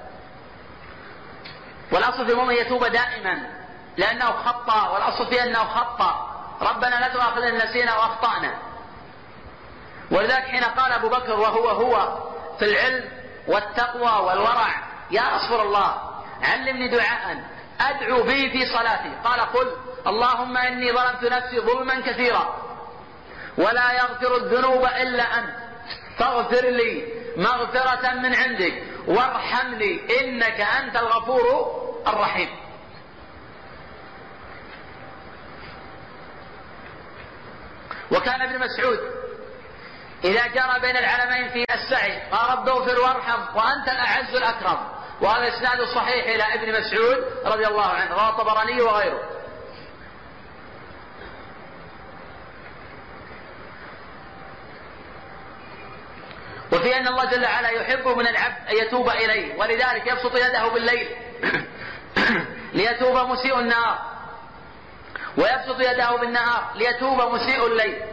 والأصل في المؤمن يتوب دائما لأنه خطأ، والأصل فيه أنه خطأ، ربنا لا تؤاخذنا إن نسينا وأخطأنا. ولذلك حين قال أبو بكر وهو هو في العلم والتقوى والورع يا رسول الله علمني دعاء أدعو به في صلاتي، قال قل اللهم إني ظلمت نفسي ظلما كثيرا ولا يغفر الذنوب إلا أنت فاغفر لي مغفرة من عندك وارحمني إنك أنت الغفور الرحيم. وكان ابن مسعود إذا جرى بين العلمين في السعي قال رب اغفر وارحم وأنت الأعز الأكرم، وهذا إسناد صحيح إلى ابن مسعود رضي الله عنه، رواه الطبراني وغيره. وفي أن الله جل وعلا يحب من العبد أن يتوب إليه، ولذلك يبسط يده بالليل ليتوب مسيء النهار، ويبسط يده بالنهار ليتوب مسيء الليل.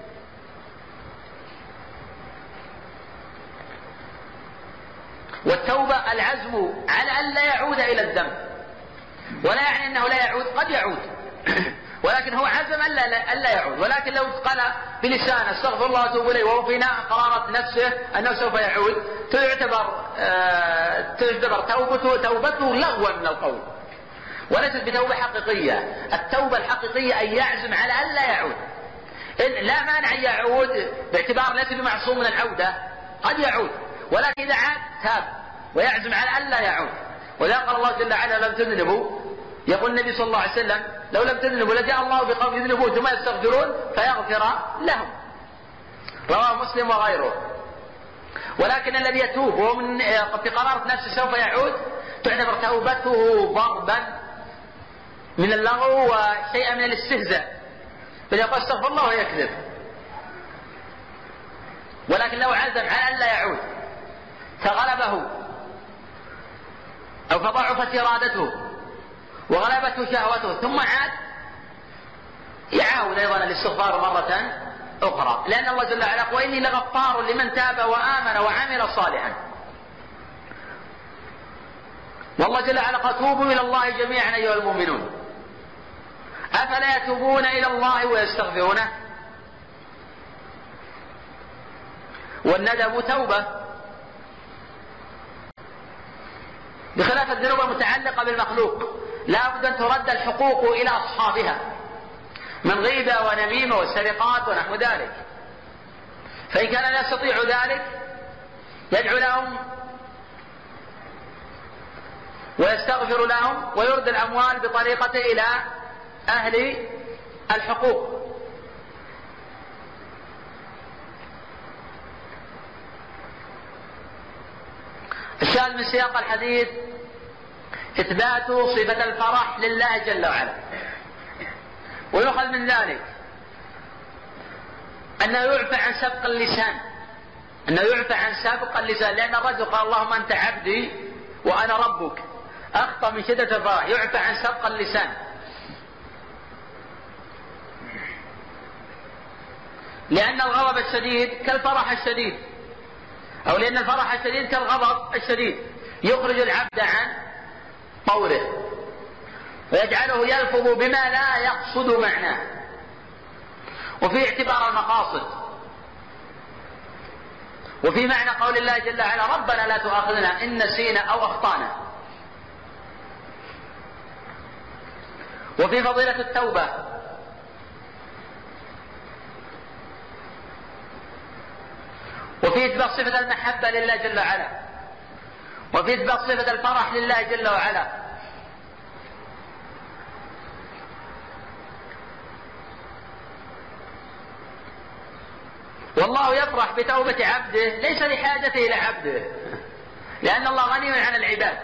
والتوبة العزم على أن لا يعود إلى الذنب، ولا يعني أنه لا يعود، قد يعود ولكن هو عزم أن لا يعود. ولكن لو قال بلسان استغفر الله واتوب إليه وهو في قرارة نفسه أنه سوف يعود تعتبر آه تعتبر توبته توبته لغوا من القول، وليست بتوبة حقيقية. التوبة الحقيقية أن يعزم على أن لا يعود، إن لا مانع أن يعود باعتبار ليس بمعصوم من العودة، قد يعود، ولكن إذا عاد تاب ويعزم على أن لا يعود. وذا قال الله جل وعلا لم تذنبوا، يقول النبي صلى الله عليه وسلم لو لم تذنبوا لجاء الله بقوم يذنبون ثم يستغفرون فيغفر لهم، رواه مسلم وغيره. ولكن الذي يتوب وهو من في قرارة نفسه سوف يعود تعتبر توبته ضربا من اللغو وشيئا من الاستهزاء، فيقول استغفر الله ويكذب. ولكن لو عزم على أن لا يعود فغلبه أو فضعفت إرادته وغلبته شهوته ثم عاد يعاود أيضا الاستغفار مرة أخرى، لأن الله جل وعلا يقول وإني لغفار لمن تاب وآمن وعمل صالحا. والله جل وعلا قال توبوا إلى الله جميعا أيها المؤمنون أفلا يتوبون إلى الله ويستغفرونه. والندم توبة بخلاف الذنوب المتعلقة بالمخلوق، لا بد أن ترد الحقوق إلى أصحابها من غيبة ونميمة والسرقات ونحو ذلك. فإن كان لا يستطيع ذلك يدعو لهم ويستغفر لهم ويرد الأموال بطريقته إلى أهل الحقوق. الشاهد من سياق الحديث إثبات صفة الفرح لله جل وعلا. ويؤخذ من ذلك أنه يعفى عن سبق اللسان، أنه يعفى عن سبق اللسان، لأن الرجل قال اللهم أنت عبدي وأنا ربك، أخطأ من شدة الفرح، يعفى عن سبق اللسان، لأن الغضب الشديد كالفرح الشديد، أو لأن الفرح الشديد كالغضب الشديد يخرج العبد عن طوره ويجعله يلفظ بما لا يقصد معناه. وفي اعتبار المقاصد، وفي معنى قول الله جل وعلا ربنا لا تؤاخذنا إن نسينا أو أخطأنا. وفي فضيلة التوبة، وفي إثبات صفة المحبة لله جل وعلا، وفي إثبات صفة الفرح لله جل وعلا. والله يفرح بتوبة عبده ليس لحاجته إلى عبده، لأن الله غني عن العباد،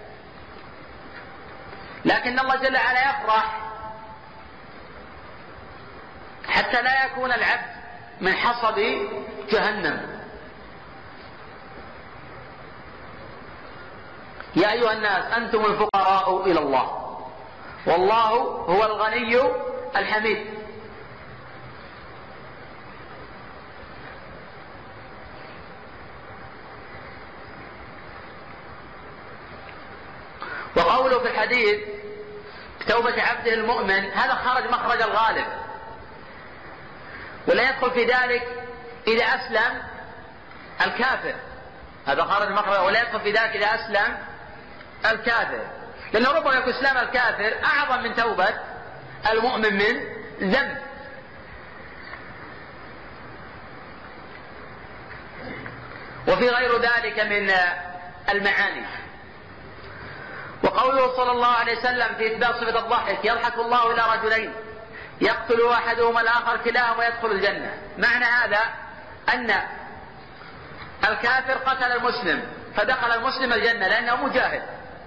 لكن الله جل وعلا يفرح حتى لا يكون العبد من حصب جهنم. يا أيها الناس أنتم الفقراء إلى الله والله هو الغني الحميد. وقوله في الحديث توبة عبده المؤمن هذا خرج مخرج الغالب، ولا يدخل في ذلك إذا أسلم الكافر، هذا خرج مخرج، ولا يدخل في ذلك إذا أسلم الكافر، لأنه ربما يكون إسلام الكافر أعظم من توبة المؤمن من ذنب. وفي غير ذلك من المعاني. وقوله صلى الله عليه وسلم في إثبات صفة الضحك يضحك الله إلى رجلين يقتل أحدهما الآخر كلاهما يدخل الجنة. معنى هذا أن الكافر قتل المسلم فدخل المسلم الجنة لأنه مجاهد.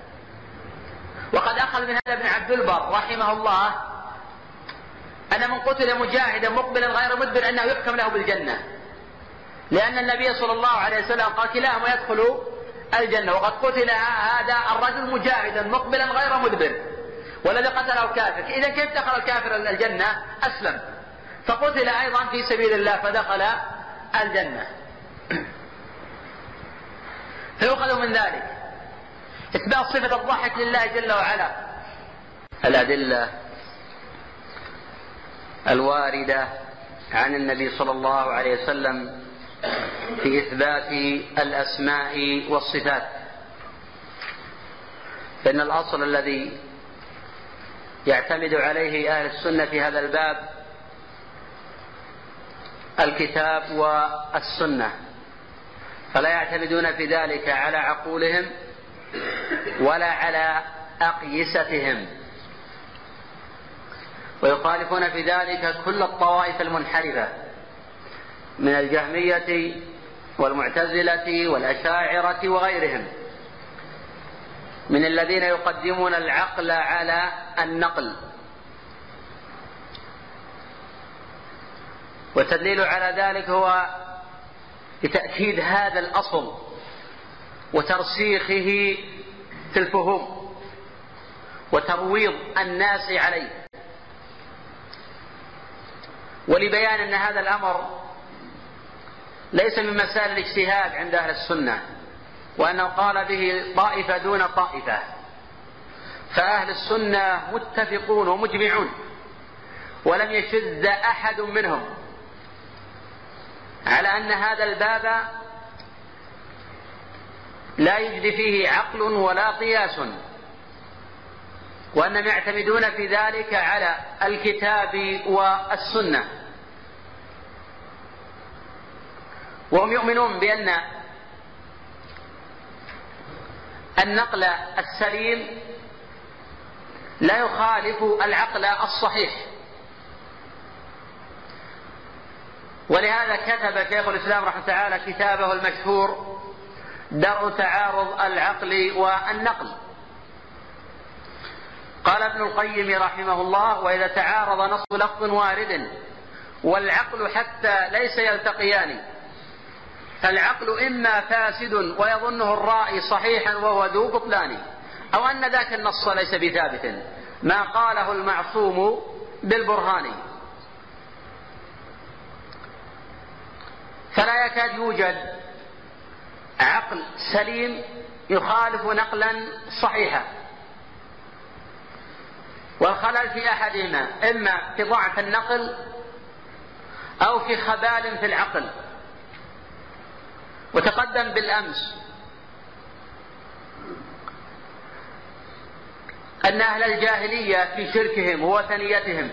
وقد أخذ من هذا ابن عبد البر رحمه الله أن من قتل مجاهدا مقبلا غير مدبر أنه يحكم له بالجنة، لأن النبي صلى الله عليه وسلم قال كلاهما يدخل الجنة، وقد قتل هذا الرجل مجاهدا مقبلا غير مدبر والذي قتله كافر. إذا كيف دخل الكافر الجنة؟ أسلم فقتل أيضا في سبيل الله فدخل الجنة. فيؤخذ من ذلك إثبات صفة الضحك لله جل وعلا. الأدلة الواردة عن النبي صلى الله عليه وسلم في إثبات الأسماء والصفات، فإن الأصل الذي يعتمد عليه أهل السنة في هذا الباب الكتاب والسنة، فلا يعتمدون في ذلك على عقولهم ولا على أقيستهم، ويخالفون في ذلك كل الطوائف المنحرفة من الجهمية والمعتزلة والأشاعرة وغيرهم من الذين يقدمون العقل على النقل. والتدليل على ذلك هو بتأكيد هذا الأصل وترسيخه في الفهوم وترويض الناس عليه، ولبيان أن هذا الأمر ليس من مسائل الاجتهاد عند أهل السنة، وأنه قال به طائفة دون طائفة، فأهل السنة متفقون ومجمعون ولم يشذ أحد منهم على أن هذا الباب لا يجدي فيه عقل ولا قياس، وأنهم يعتمدون في ذلك على الكتاب والسنة. وهم يؤمنون بأن النقل السليم لا يخالف العقل الصحيح، ولهذا كتب شيخ الإسلام رحمه الله تعالى كتابه المشهور درء تعارض العقل والنقل. قال ابن القيم رحمه الله: وإذا تعارض نص لفظ وارد والعقل حتى ليس يلتقيان، فالعقل إما فاسد ويظنه الرائي صحيحا وهو ذو بطلان، أو أن ذاك النص ليس بثابت ما قاله المعصوم بالبرهان. فلا يكاد يوجد عقل سليم يخالف نقلا صحيحا، والخلل في أحدهما إما في ضعف النقل أو في خبال في العقل. وتقدم بالأمس أن أهل الجاهلية في شركهم ووثنيتهم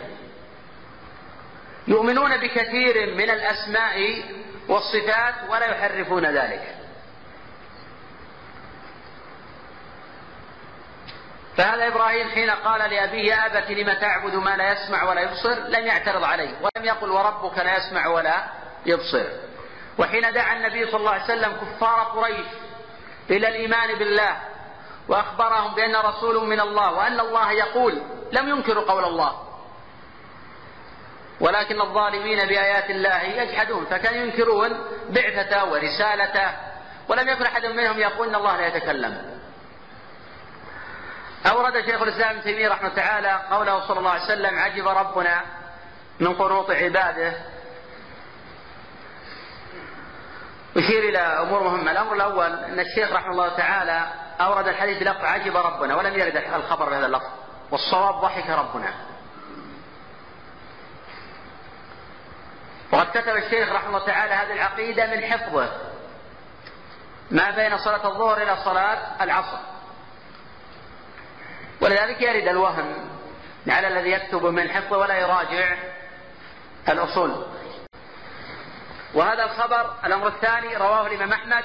يؤمنون بكثير من الأسماء والصفات ولا يحرفون ذلك، فهذا إبراهيم حين قال لأبيه يا أبت لم تعبد ما لا يسمع ولا يبصر لم يعترض عليه ولم يقل وربك لا يسمع ولا يبصر. وحين دعا النبي صلى الله عليه وسلم كفار قريش إلى الإيمان بالله وأخبرهم بأن رسول من الله وأن الله يقول لم ينكروا قول الله، ولكن الظالمين بآيات الله يجحدون، فكانوا ينكرون بعثته ورسالته، ولم يكن أحد منهم يقول إن الله لا يتكلم. أورد شيخ الإسلام ابن تيمية رحمه الله تعالى قوله صلى الله عليه وسلم عجب ربنا من قنوط عباده، يشير إلى أمور مهمة. الأمر الأول أن الشيخ رحمه الله تعالى أورد الحديث بلفظ عجب ربنا ولم يرد الخبر بهذا اللفظ، والصواب ضحك ربنا. وقد كتب الشيخ رحمه الله تعالى هذه العقيدة من حفظه ما بين صلاة الظهر إلى صلاة العصر، ولذلك يرد الوهم على الذي يكتب من حفظه ولا يراجع الأصول. وهذا الخبر الأمر الثاني رواه الإمام أحمد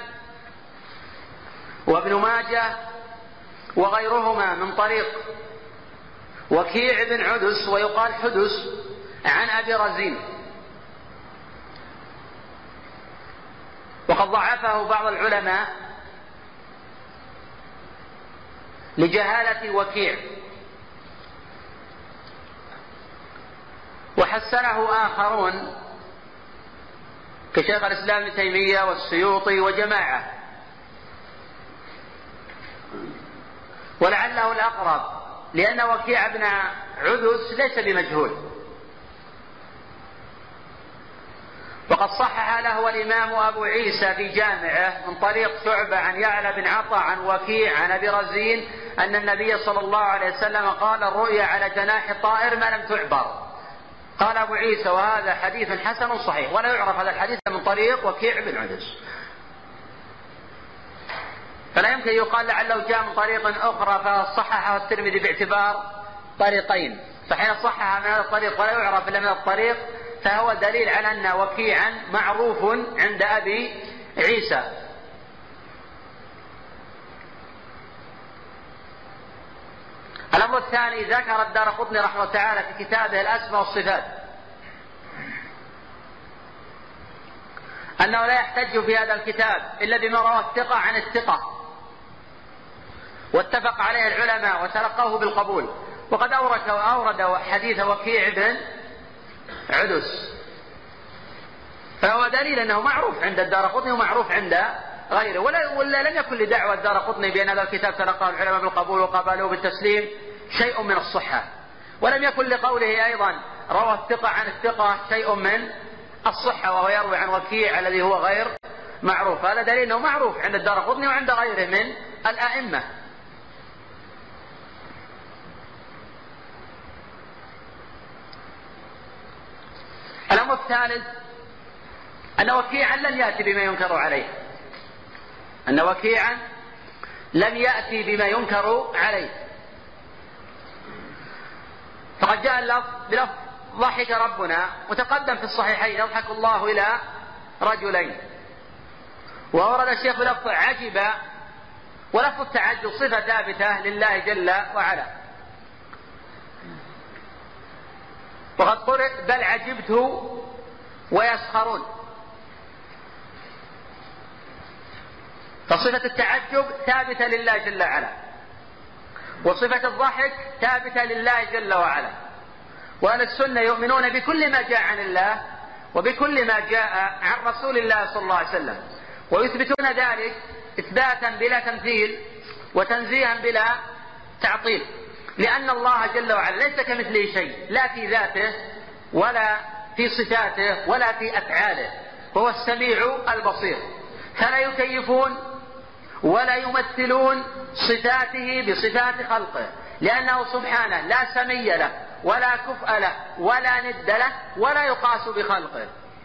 وابن ماجه وغيرهما من طريق وكيع بن عدس ويقال حدس عن أبي رزين، وقد ضعفه بعض العلماء لجهالة وكيع، وحسنه آخرون كشيخ الإسلام ابن تيمية والسيوطي وجماعة، ولعله الأقرب لأن وكيع بن عدس ليس بمجهول، وقد صحح له الإمام أبو عيسى في جامعه من طريق شعبة عن يعلى بن عطا عن وكيع عن أبي رزين أن النبي صلى الله عليه وسلم قال الرؤيا على جناح الطائر ما لم تعبر. قال أبو عيسى وهذا حديث حسن صحيح، ولا يعرف هذا الحديث من طريق وكيع بن عدس، فلا يمكن يقال لعله جاء من طريق أخرى فصححه الترمذي باعتبار طريقين، فحين صحح من هذا الطريق ولا يعرف إلا من الطريق فهو دليل على أن وكيعا معروف عند أبي عيسى. الأمر الثاني ذكر الدارقطني رحمه الله تعالى في كتابه الأسماء والصفات أنه لا يحتج في هذا الكتاب إلا بما رواه الثقة عن الثقة واتفق عليه العلماء وتلقوه بالقبول. وقد أورد حديث وكيع بن عدس، فهو دليل أنه معروف عند الدارقطني ومعروف عند غيره، ولا, ولا لم يكن لدعوى الدارقطني بأن هذا الكتاب تلقاه العلماء بالقبول وقبلوه بالتسليم شيء من الصحة، ولم يكن لقوله أيضا روى الثقة عن الثقة شيء من الصحة وهو يروي عن وكيع الذي هو غير معروف. هذا دليل أنه معروف عند الدارقطني وعند غيره من الأئمة. الأمر الثالث أن وكيعا لم يأتي بما ينكر عليه، أن وكيعا لم يأتي بما ينكر عليه، فقد جاء اللفظ بلفظ ضحك ربنا وتقدم في الصحيحين يضحك الله إلى رجلين، وورد الشيخ بلفظ عجب، ولفظ التعجب صفة ثابتة لله جل وعلا، وقد قرئ بل عجبت ويسخرون، فصفة التعجب ثابتة لله جل وعلا، وصفة الضحك ثابتة لله جل وعلا. وأهل السنة يؤمنون بكل ما جاء عن الله وبكل ما جاء عن رسول الله صلى الله عليه وسلم، ويثبتون ذلك إثباتا بلا تمثيل وتنزيها بلا تعطيل، لأن الله جل وعلا ليس كمثله شيء، لا في ذاته ولا في صفاته ولا في أفعاله، وهو السميع البصير، فلا يكيفون ولا يمثلون صفاته بصفات خلقه، لأنه سبحانه لا سمي له ولا كفء له ولا ند له ولا يقاس بخلقه.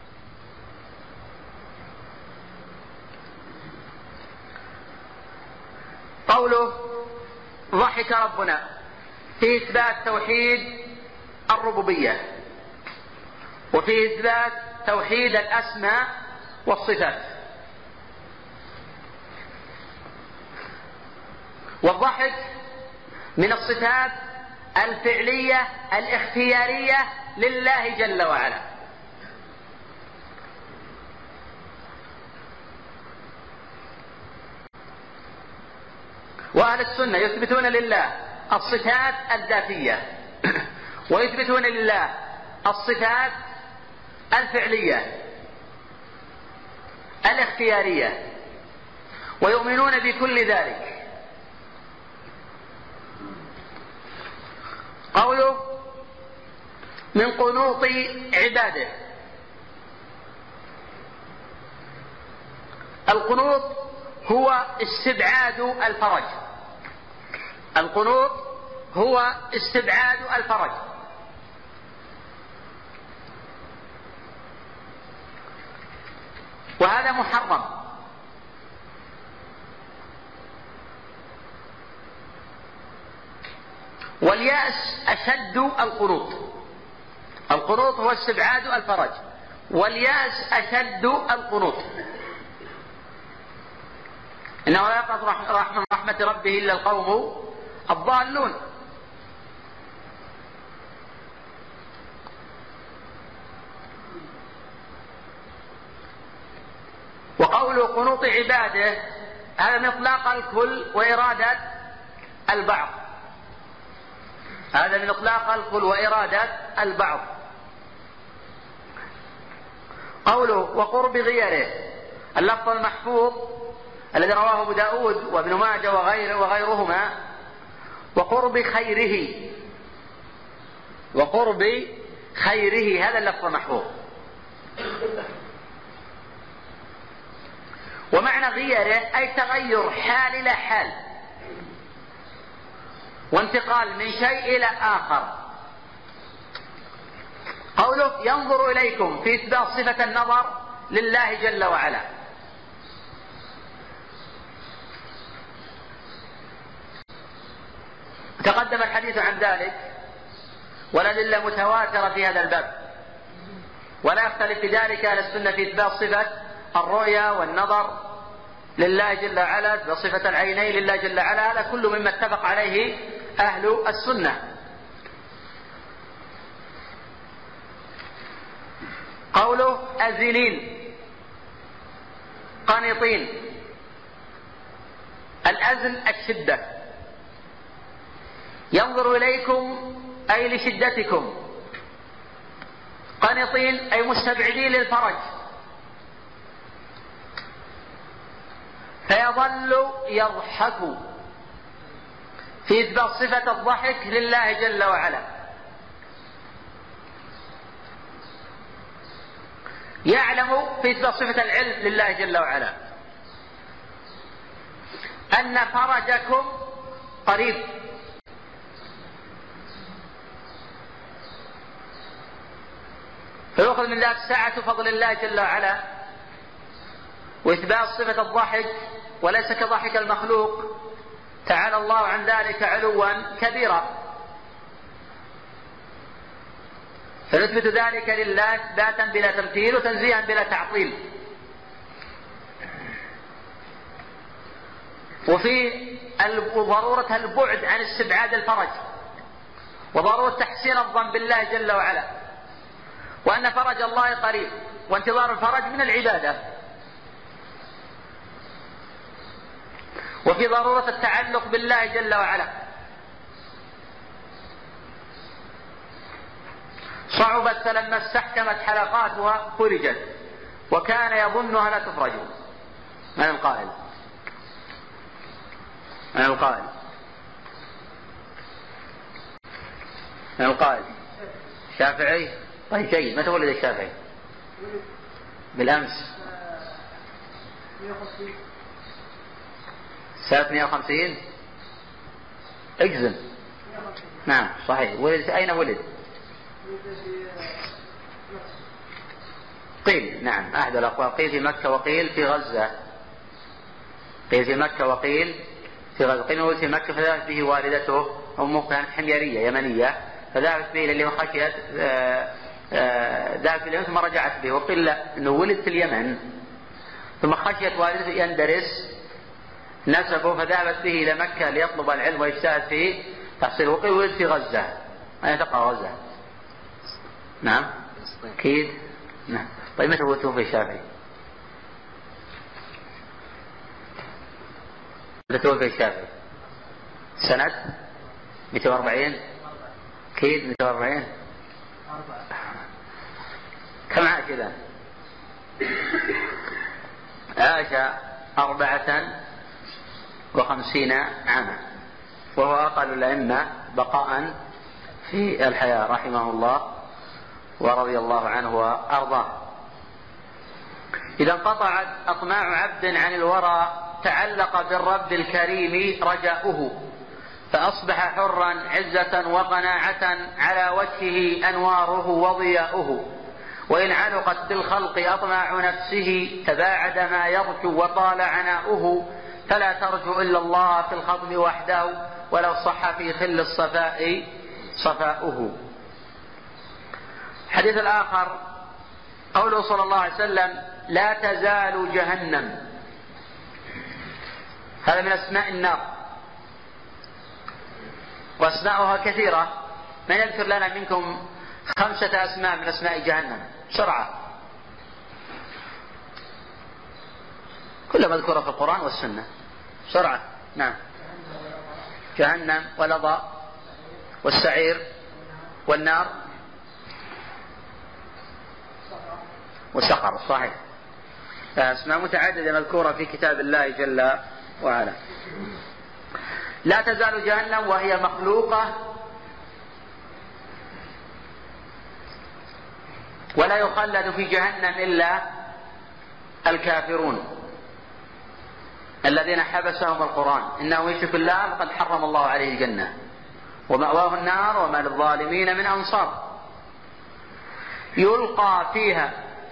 قوله ضحك ربنا في إثبات توحيد الربوبية وفي إثبات توحيد الأسماء والصفات. والضحك من الصفات الفعلية الاختيارية لله جل وعلا. وأهل السنة يثبتون لله الصفات الذاتية ويثبتون لله الصفات الفعلية الاختيارية ويؤمنون بكل ذلك. قوله من قنوط عباده، القنوط هو استبعاد الفرج، القنوط هو استبعاد الفرج. وهذا محرم، واليأس أشد القنوط. القنوط هو استبعاد الفرج، واليأس أشد القنوط. إنه لا يقنط رحمة, رحمة ربه إلا القوم الضالون. وقول قنوط عباده هذا من إطلاق الكل وإرادة البعض، هذا من إطلاق الكل وإرادة البعض. قوله وقرب غيره، اللفظ المحفوظ الذي رواه أبو داود وابن ماجه وغيره وغيرهما، وقرب خيره، وقرب خيره، هذا اللفظ المحفوظ. ومعنى غيره أي تغير حال إلى حال وانتقال من شيء إلى آخر. قوله ينظر إليكم في إثبات صفة النظر لله جل وعلا. تقدم الحديث عن ذلك والأدلة متواترة في هذا الباب، ولا يختلف في ذلك أهل السنة في إثبات صفة الرؤيا والنظر لله جل وعلا وصفة العينين لله جل وعلا. هذا كله مما اتفق عليه أهل السنة. قوله أزلين قانطين، الأزل الشدة. ينظر إليكم أي لشدتكم، قانطين أي مستبعدين للفرج، فيظل يضحك في إثبات صفة الضحك لله جل وعلا. يعلم في إثبات صفة العلم لله جل وعلا أن فرجكم قريب. فيؤخذ من ذلك سعة فضل الله جل وعلا وإثبات صفة الضحك، وليس كضحك المخلوق، تعالى الله عن ذلك علوا كبيرا. فنثبت ذلك لله إثباتا بلا تمثيل وتنزيها بلا تعطيل. وفي ضرورة البعد عن استبعاد الفرج، وضرورة تحسين الظن بالله جل وعلا، وأن فرج الله قريب، وانتظار الفرج من العبادة. وفي ضرورة التعلق بالله جل وعلا. صعبت فلما استحكمت حلقاتها فرجت، وكان يظنها لا تفرج. من القائل؟ من القائل؟ من القائل؟ الشافعي. طيب جيد. متى ولد الشافعي؟ بالأمس. سنة مئة وخمسين. اجزم. نعم صحيح. ولد أين ولد؟ قيل نعم أحد الأقوال، قيل في مكة وقيل في غزة. قيل في مكة وقيل في غزة. قيل ولد في مكة فذهبت به والدته، أمه كانت حميرية يمنية، فذهبت به إلى خشيت ذهبت إلى ثم رجعت به. وقيل أنه ولد في اليمن ثم خشيت والدته يندرس نسبه فذهبت به إلى مكة ليطلب العلم ويجتهد فيه، تحصيل وقيل ولد في غزة، أين تقع غزة؟ نعم أكيد نعم. طيب متى هو توفي الشافعي؟ متى توفي الشافعي؟ سنة مئتين وأربعين أكيد مئتين وأربعين. كم عاش إذا؟ عاش أربعة وخمسين عاما، وهو أقل الأئمة بقاء في الحياة رحمه الله ورضي الله عنه وأرضاه. إذا انقطعت أطماع عبد عن الورى تعلق بالرب الكريم رجاؤه، فأصبح حرا عزة وقناعة على وجهه أنواره وضياؤه. وإن علقت بالخلق أطماع نفسه تباعد ما يرجو وطال عناؤه، فلا ترجو إلا الله في الخطب وحده ولو صح في خل الصفاء صفاؤه. الحديث الآخر قوله صلى الله عليه وسلم: لا تزال جهنم. هذا من أسماء النار، وأسماؤها كثيرة. من يذكر لنا منكم خمسة أسماء من أسماء جهنم بسرعة؟ كلها مذكورة في القرآن والسنة بسرعة. نعم. جهنم واللظى والسعير والنار والسقر. صحيح، أسماء متعددة مذكورة في كتاب الله جل وعلا. لا تزال جهنم وهي مخلوقة ولا يخلد في جهنم إلا الكافرون الذين حبسهم القرآن. إنه يشرك الله فقد حرم الله عليه الجنة ومأواه النار وما للظالمين من أنصار. يلقى فيها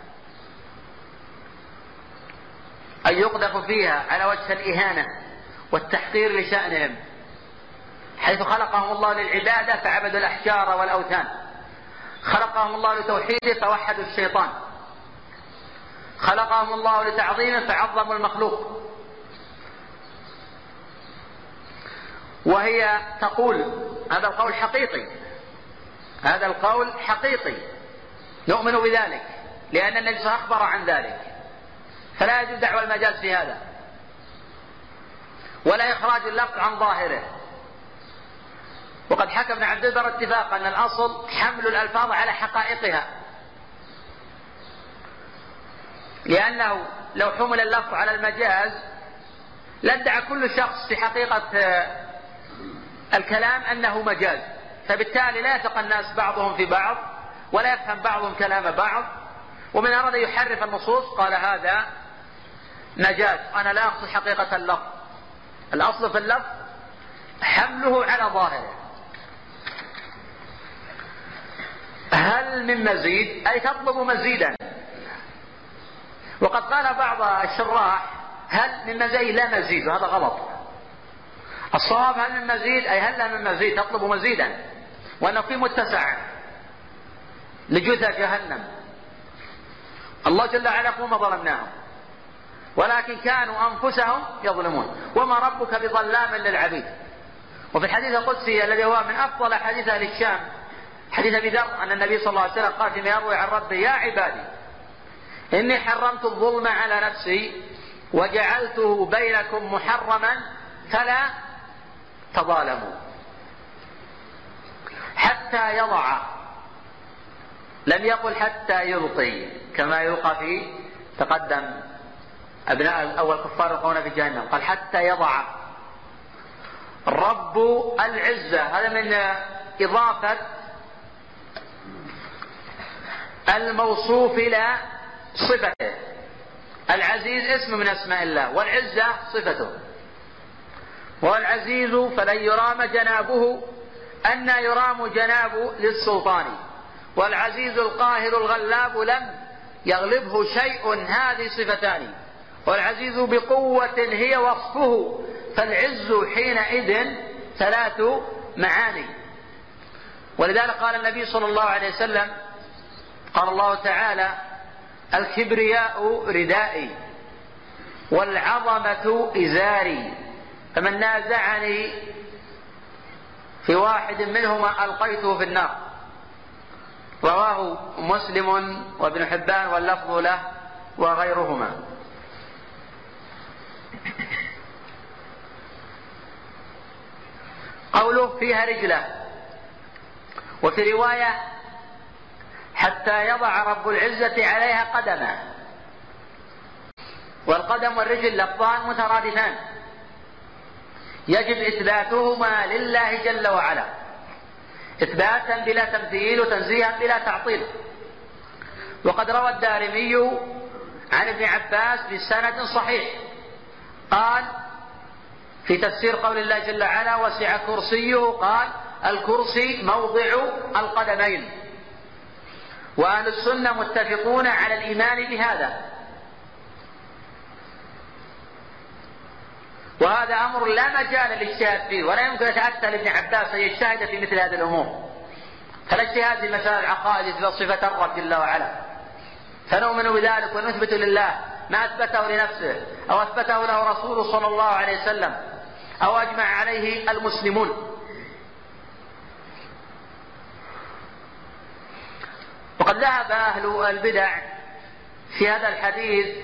أن يقذف فيها على وجه الإهانة والتحقير لشأنهم، حيث خلقهم الله للعبادة فعبدوا الأحجار والأوثان، خلقهم الله لتوحيده فوحدوا الشيطان، خلقهم الله لتعظيمه فعظموا المخلوق. وهي تقول، هذا القول حقيقي، هذا القول حقيقي نؤمن بذلك، لأن النبي صلى الله عليه وسلم أخبر عن ذلك، فلا يجوز دعوى المجاز في هذا ولا إخراج اللفظ عن ظاهره. وقد حكى ابن عبد البر اتفاقا أن الأصل حمل الألفاظ على حقائقها، لأنه لو حمل اللفظ على المجاز لادعى كل شخص في حقيقة الكلام أنه مجاز، فبالتالي لا يثق الناس بعضهم في بعض ولا يفهم بعضهم كلام بعض. ومن أراد يحرف النصوص قال هذا مجاز، أنا لا أقصد حقيقة اللفظ، الأصل في اللفظ حمله على ظاهره. هل من مزيد؟ أي تطلب مزيدا. وقد قال بعض الشراح هل من مزيد لا مزيد، وهذا غلط. الصواب هل من مزيد أي هل من مزيد تطلب مزيدا، وأنه في متسع لجثى جهنم. الله جل وعلا يقول ما ظلمناهم ولكن كانوا أنفسهم يظلمون وما ربك بظلام للعبيد. وفي الحديث القدسي الذي هو من أفضل حديث أهل الشام، حديث أبي ذر، أن النبي صلى الله عليه وسلم قال فيما يروي عن ربه: يا عبادي إني حرمت الظلم على نفسي وجعلته بينكم محرما فلا تظالموا. حتى يضع، لم يقل حتى يلقي كما يلقى في تقدم أبناء أول كفار يلقون في جهنم، قال حتى يضع رب العزة. هذا من إضافة الموصوف إلى صفته. العزيز اسم من أسماء الله والعزة صفته. والعزيز فلن يرام جنابه أن يرام جناب للسلطان، والعزيز القاهر الغلاب لم يغلبه شيء، هذه صفتان. والعزيز بقوة هي وصفه، فالعز حينئذ ثلاث معاني. ولذلك قال النبي صلى الله عليه وسلم، قال الله تعالى: الكبرياء ردائي والعظمة إزاري، فمن نازعني في واحد منهما ألقيته في النار. رواه مسلم وابن حبان واللفظ له وغيرهما. قوله فيها رجله، وفي رواية حتى يضع رب العزة عليها قدمه. والقدم والرجل لفظان مترادفان يجب إثباتهما لله جل وعلا إثباتا بلا تمثيل وتنزيها بلا تعطيل. وقد روى الدارمي عن ابن عباس بسند صحيح قال في تفسير قول الله جل وعلا وسع كرسيه، قال الكرسي موضع القدمين. وأهل السنة متفقون على الإيمان بهذا، وهذا أمر لا مجال للاجتهاد فيه، ولا يمكن يتأتى لابن عباس أن يجتهد في مثل هذه الأمور. فالاجتهاد في مسائل العقائد في صفة الرب جل وعلا، فنؤمن بذلك ونثبت لله ما أثبته لنفسه أو أثبته له رسوله صلى الله عليه وسلم أو أجمع عليه المسلمون. وقد ذهب أهل البدع في هذا الحديث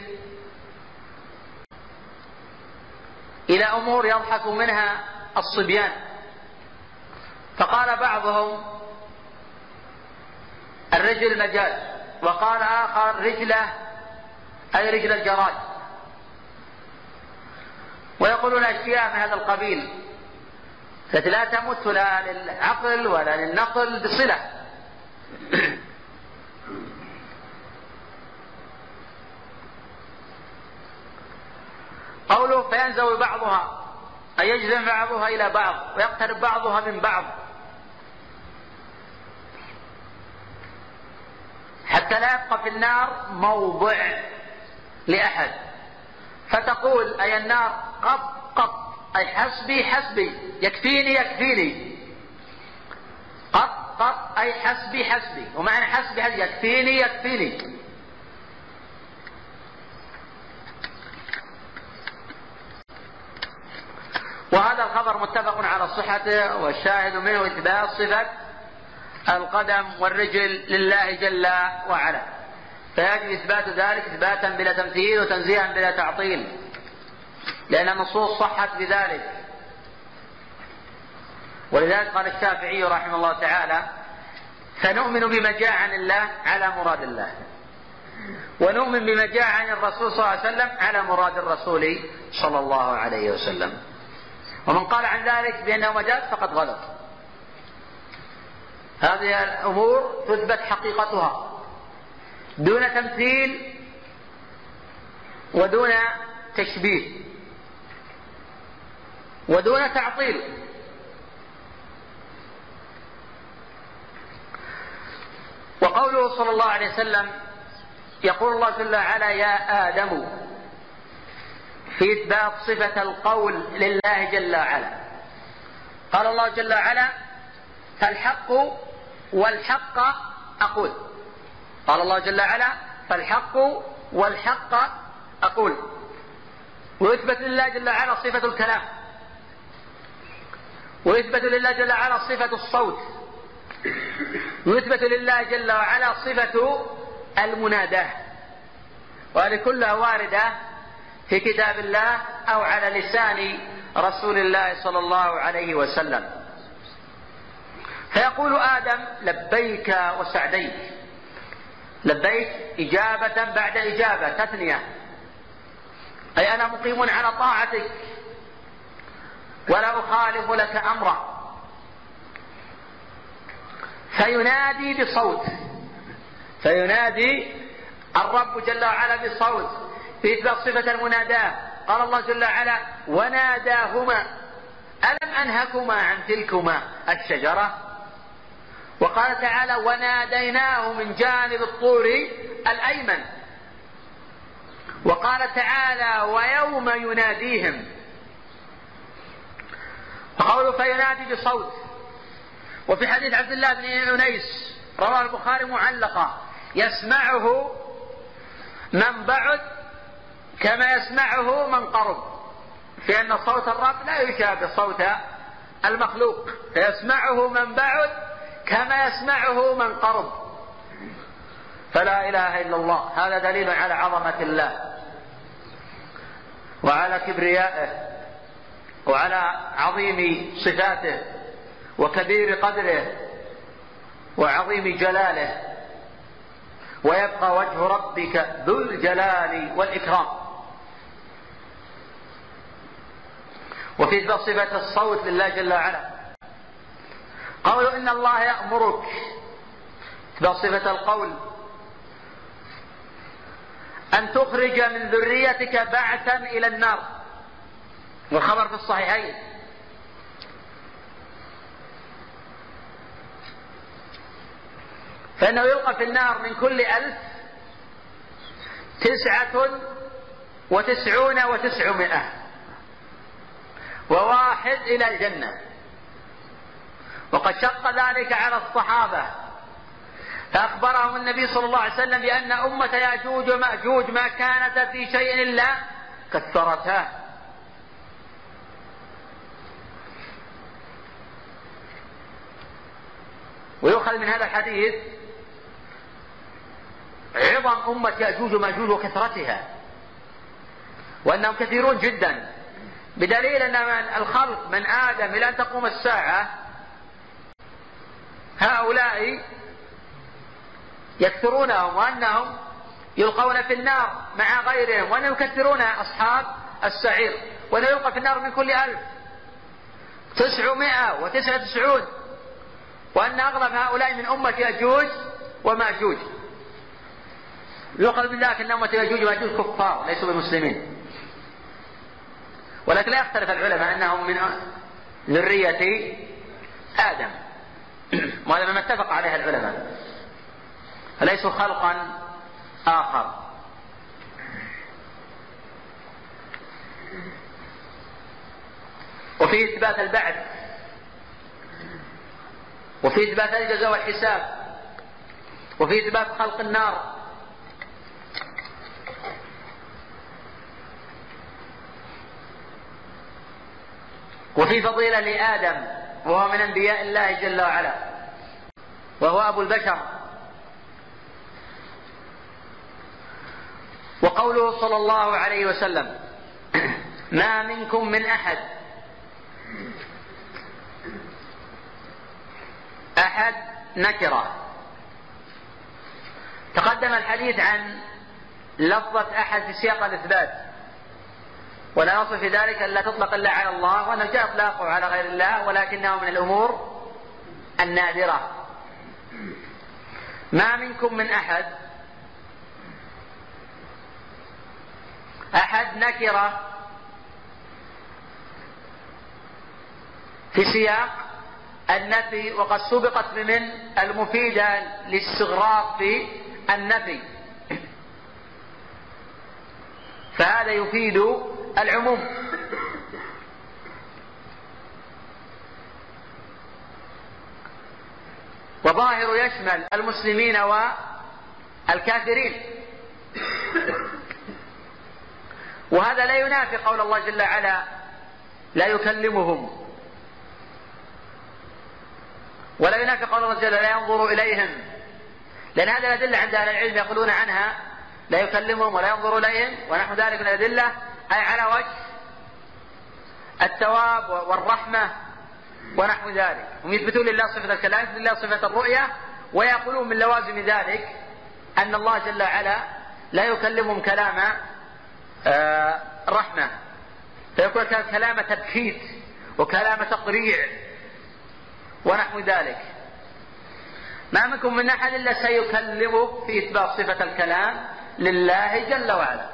إلى أمور يضحك منها الصبيان، فقال بعضهم الرجل مجاز، وقال آخر رجله أي رجل الجراد، ويقولون أشياء من هذا القبيل التي لا تمت لا للعقل ولا للنقل بصلة. قوله فينزوي بعضها أي يجزم بعضها إلى بعض ويقترب بعضها من بعض حتى لا يبقى في النار موضع لأحد، فتقول أي النار قط قط أي حسبي حسبي يكفيني يكفيني، قط قط أي حسبي حسبي، ومعنى حسبي حسبي يكفيني يكفيني. وهذا الخبر متفق على صحته، والشاهد منه إثبات صفة القدم والرجل لله جل وعلا، فيجب إثبات ذلك إثباتا بلا تمثيل وتنزيها بلا تعطيل، لأن النصوص صحت بذلك. ولذلك قال الشافعي رحمه الله تعالى فنؤمن بما جاء عن الله على مراد الله، ونؤمن بما جاء عن الرسول صلى الله عليه وسلم على مراد الرسول صلى الله عليه وسلم. ومن قال عن ذلك بأنه مجاز فقد غلط. هذه الأمور تثبت حقيقتها دون تمثيل ودون تشبيه ودون تعطيل. وقوله صلى الله عليه وسلم يقول الله جل وعلا يا آدم في إثبات صفة القول لله جل وعلا. قال الله جل وعلا فالحق والحق أقول، قال الله جل وعلا فالحق والحق أقول، ويثبت لله جل وعلا صفة الكلام، ويثبت لله جل وعلا صفة الصوت، ويثبت لله جل وعلا صفة المناداة، وهذه كلها واردة في كتاب الله أو على لسان رسول الله صلى الله عليه وسلم. فيقول آدم لبيك وسعديك، لبيك إجابة بعد إجابة تثنية، أي أنا مقيم على طاعتك ولا أخالف لك أمرا. فينادي بصوت، فينادي الرب جل وعلا بصوت في إثبات صفة المناداة. قال الله جل وعلا وناداهما ألم أنهكما عن تلكما الشجرة. وقال تعالى وناديناه من جانب الطور الأيمن. وقال تعالى ويوم يناديهم. فقوله فينادي بصوت. وفي حديث عبد الله بن أنيس رواه البخاري معلقا يسمعه من بعد كما يسمعه من قرب، في أن صوت الرب لا يشابه صوت المخلوق، فيسمعه من بعد كما يسمعه من قرب. فلا إله إلا الله. هذا دليل على عظمة الله وعلى كبريائه وعلى عظيم صفاته وكبير قدره وعظيم جلاله. ويبقى وجه ربك ذو الجلال والإكرام. وفي صفة الصوت لله جل وعلا قولوا إن الله يأمرك، بصفة القول، أن تخرج من ذريتك بعثا إلى النار، والخبر في الصحيحين. فإنه يلقى في النار من كل ألف تسعة وتسعون وتسعمائة وواحد إلى الجنة. وقد شق ذلك على الصحابة، فأخبرهم النبي صلى الله عليه وسلم بأن أمة يأجوج ومأجوج ما كانت في شيء إلا كثرتاه. ويؤخذ من هذا الحديث عظم أمة يأجوج ومأجوج وكثرتها، وأنهم كثيرون جدا، بدليل أن من الخلق من آدم إلى أن تقوم الساعة هؤلاء يكثرونهم، وأنهم يلقون في النار مع غيرهم، وأنهم يكثرون أصحاب السعير، وأنه يلقى في النار من كل ألف تسعمائة وتسعة وتسعون، وأن أغلب هؤلاء من أمة يأجوج ومأجوج. يقال من ذلك أن أمة يأجوج ومأجوج كفار ليسوا بمسلمين، ولكن لا يختلف العلماء أنهم من ذرية آدم، وهذا مما اتفق عليه العلماء، فليسوا خلقا آخر. وفي إثبات البعث، وفي إثبات الجزاء والحساب، وفي إثبات خلق النار، وفي فضيلة لآدم وهو من أنبياء الله جل وعلا، وهو أبو البشر. وقوله صلى الله عليه وسلم ما منكم من أحد أحد نكرة. تقدم الحديث عن لفظة أحد في سياق الإثبات، ولا نصف في ذلك أن لا تطلق إلا على الله، وأنه جاء إطلاقه على غير الله، ولكنه من الأمور النادرة. ما منكم من أحد، أحد نكرة في سياق النفي، وقد سبقت بمن المفيدة لاستغراق في النفي، فهذا يفيد العموم. وظاهر يشمل المسلمين والكافرين، وهذا لا ينافي قول الله جل وعلا لا يكلمهم، ولا ينافي قول الله جل لا ينظر إليهم، لأن هذا الأدلة عند أهل العلم يقولون عنها لا يكلمهم ولا ينظر إليهم ونحو ذلك من الأدلة، أي على وجه الثواب والرحمة ونحو ذلك. هم يثبتون لله صفة الكلام، يثبتون لله صفة الرؤية، ويقولون من لوازم ذلك أن الله جل وعلا لا يكلمهم كلام آه رحمة، فيكون كلام تبكيت وكلام تقريع ونحو ذلك. ما منكم من أحد إلا سيكلمه في إثبات صفة الكلام لله جل وعلا.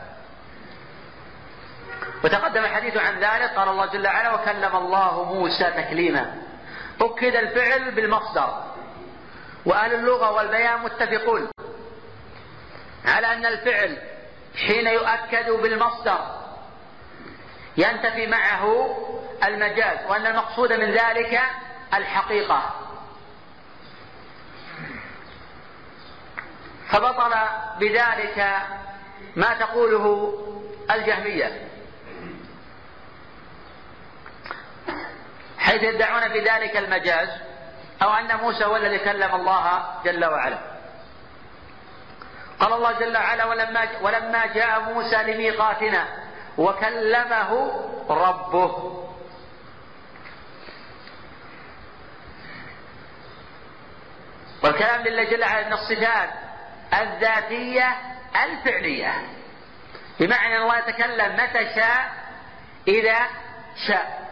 وتقدم الحديث عن ذلك، قال الله جل وعلا وكلم الله موسى تكليما. أكد الفعل بالمصدر، وأهل اللغة والبيان متفقون على أن الفعل حين يؤكد بالمصدر ينتفي معه المجاز، وأن المقصود من ذلك الحقيقة. فبطل بذلك ما تقوله الجهمية، حيث حيث يدعون بذلك المجاز أو أن موسى هو الذي كلم الله جل وعلا. قال الله جل وعلا: ولما, ولما جاء موسى لميقاتنا وكلمه ربه. والكلام لله جل وعلا من الصفات الذاتية الفعلية، بمعنى أن الله يتكلم متى شاء إذا شاء،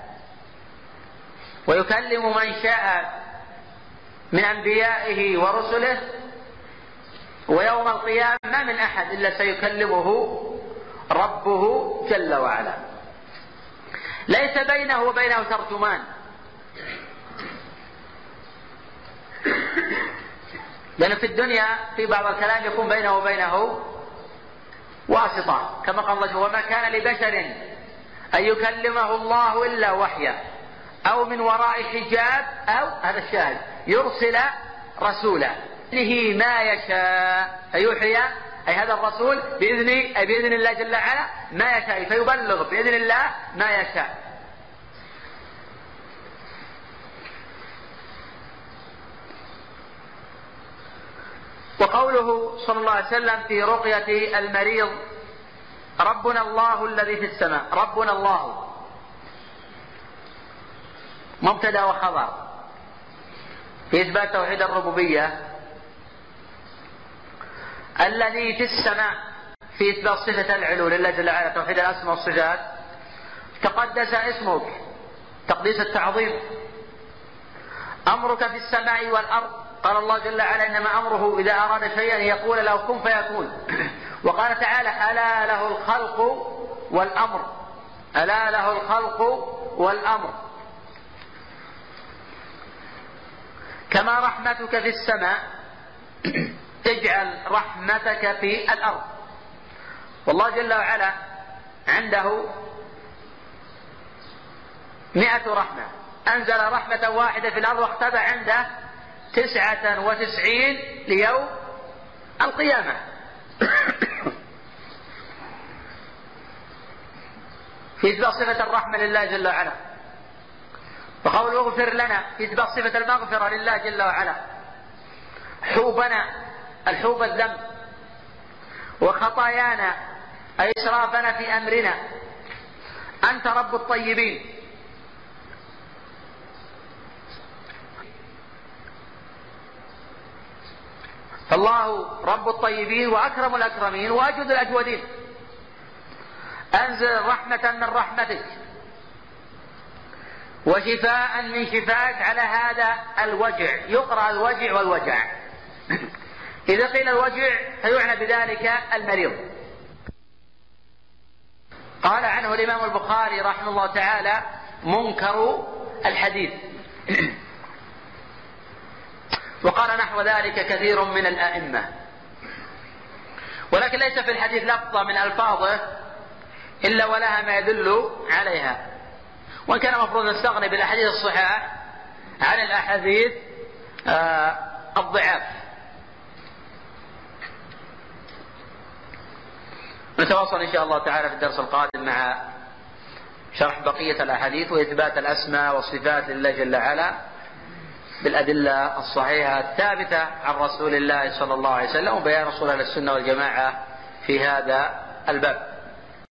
ويكلم من شاء من أنبيائه ورسله، ويوم القيامة ما من أحد إلا سيكلمه ربه جل وعلا. ليس بينه وبينه ترجمان، لأن في الدنيا في بعض الكلام يكون بينه وبينه واسطة، كما قال الله: وما كان لبشر أن يكلمه الله إلا وحيا أو من وراء حجاب أو هذا الشاهد يرسل رسولا به ما يشاء فيوحي، أي هذا الرسول بإذن أي بإذن الله جل وعلا ما يشاء، فيبلغ بإذن الله ما يشاء. وقوله صلى الله عليه وسلم في رقية المريض: ربنا الله الذي في السماء. ربنا الله مبتدأ وخبر في إثبات توحيد الربوبية، الذي في السماء في إثبات صفة العلو لله جل وعلا، توحيد الأسماء والصفات. تقدس اسمك تقديس التعظيم، أمرك في السماء والأرض. قال الله جل وعلا: إنما أمره إذا أراد شيئا يقول له كن فيكون. وقال تعالى: ألا له الخلق والأمر. ألا له الخلق والأمر. كما رحمتك في السماء تجعل رحمتك في الأرض. والله جل وعلا عنده مئة رحمة، أنزل رحمة واحدة في الأرض واختبأ عنده تسعة وتسعين ليوم القيامة. في إثبات صفة الرحمة لله جل وعلا. وقوله: اغفر لنا في إثبات صفة المغفرة لله جل وعلا. حوبنا الحوب الذنب، وخطايانا أي إسرافنا في أمرنا. أنت رب الطيبين. فالله رب الطيبين وأكرم الأكرمين وأجود الأجودين. أنزل رحمة من رحمتك وشفاء من شفائك على هذا الوجع. يقرأ الوجع والوجع. إذا قيل الوجع فيعنى بذلك المريض. قال عنه الإمام البخاري رحمه الله تعالى: منكر الحديث. وقال نحو ذلك كثير من الأئمة. ولكن ليس في الحديث لفظة من ألفاظه إلا ولها ما يدل عليها، وإن كان مفروض نستغني بالأحاديث الصحاح عن الأحاديث آه الضعاف. نتواصل إن شاء الله تعالى في الدرس القادم مع شرح بقية الأحاديث وإثبات الأسماء والصفات لله جل وعلا بالأدلة الصحيحة الثابتة عن رسول الله صلى الله عليه وسلم، وبيان أصول أهل السنة والجماعة في هذا الباب.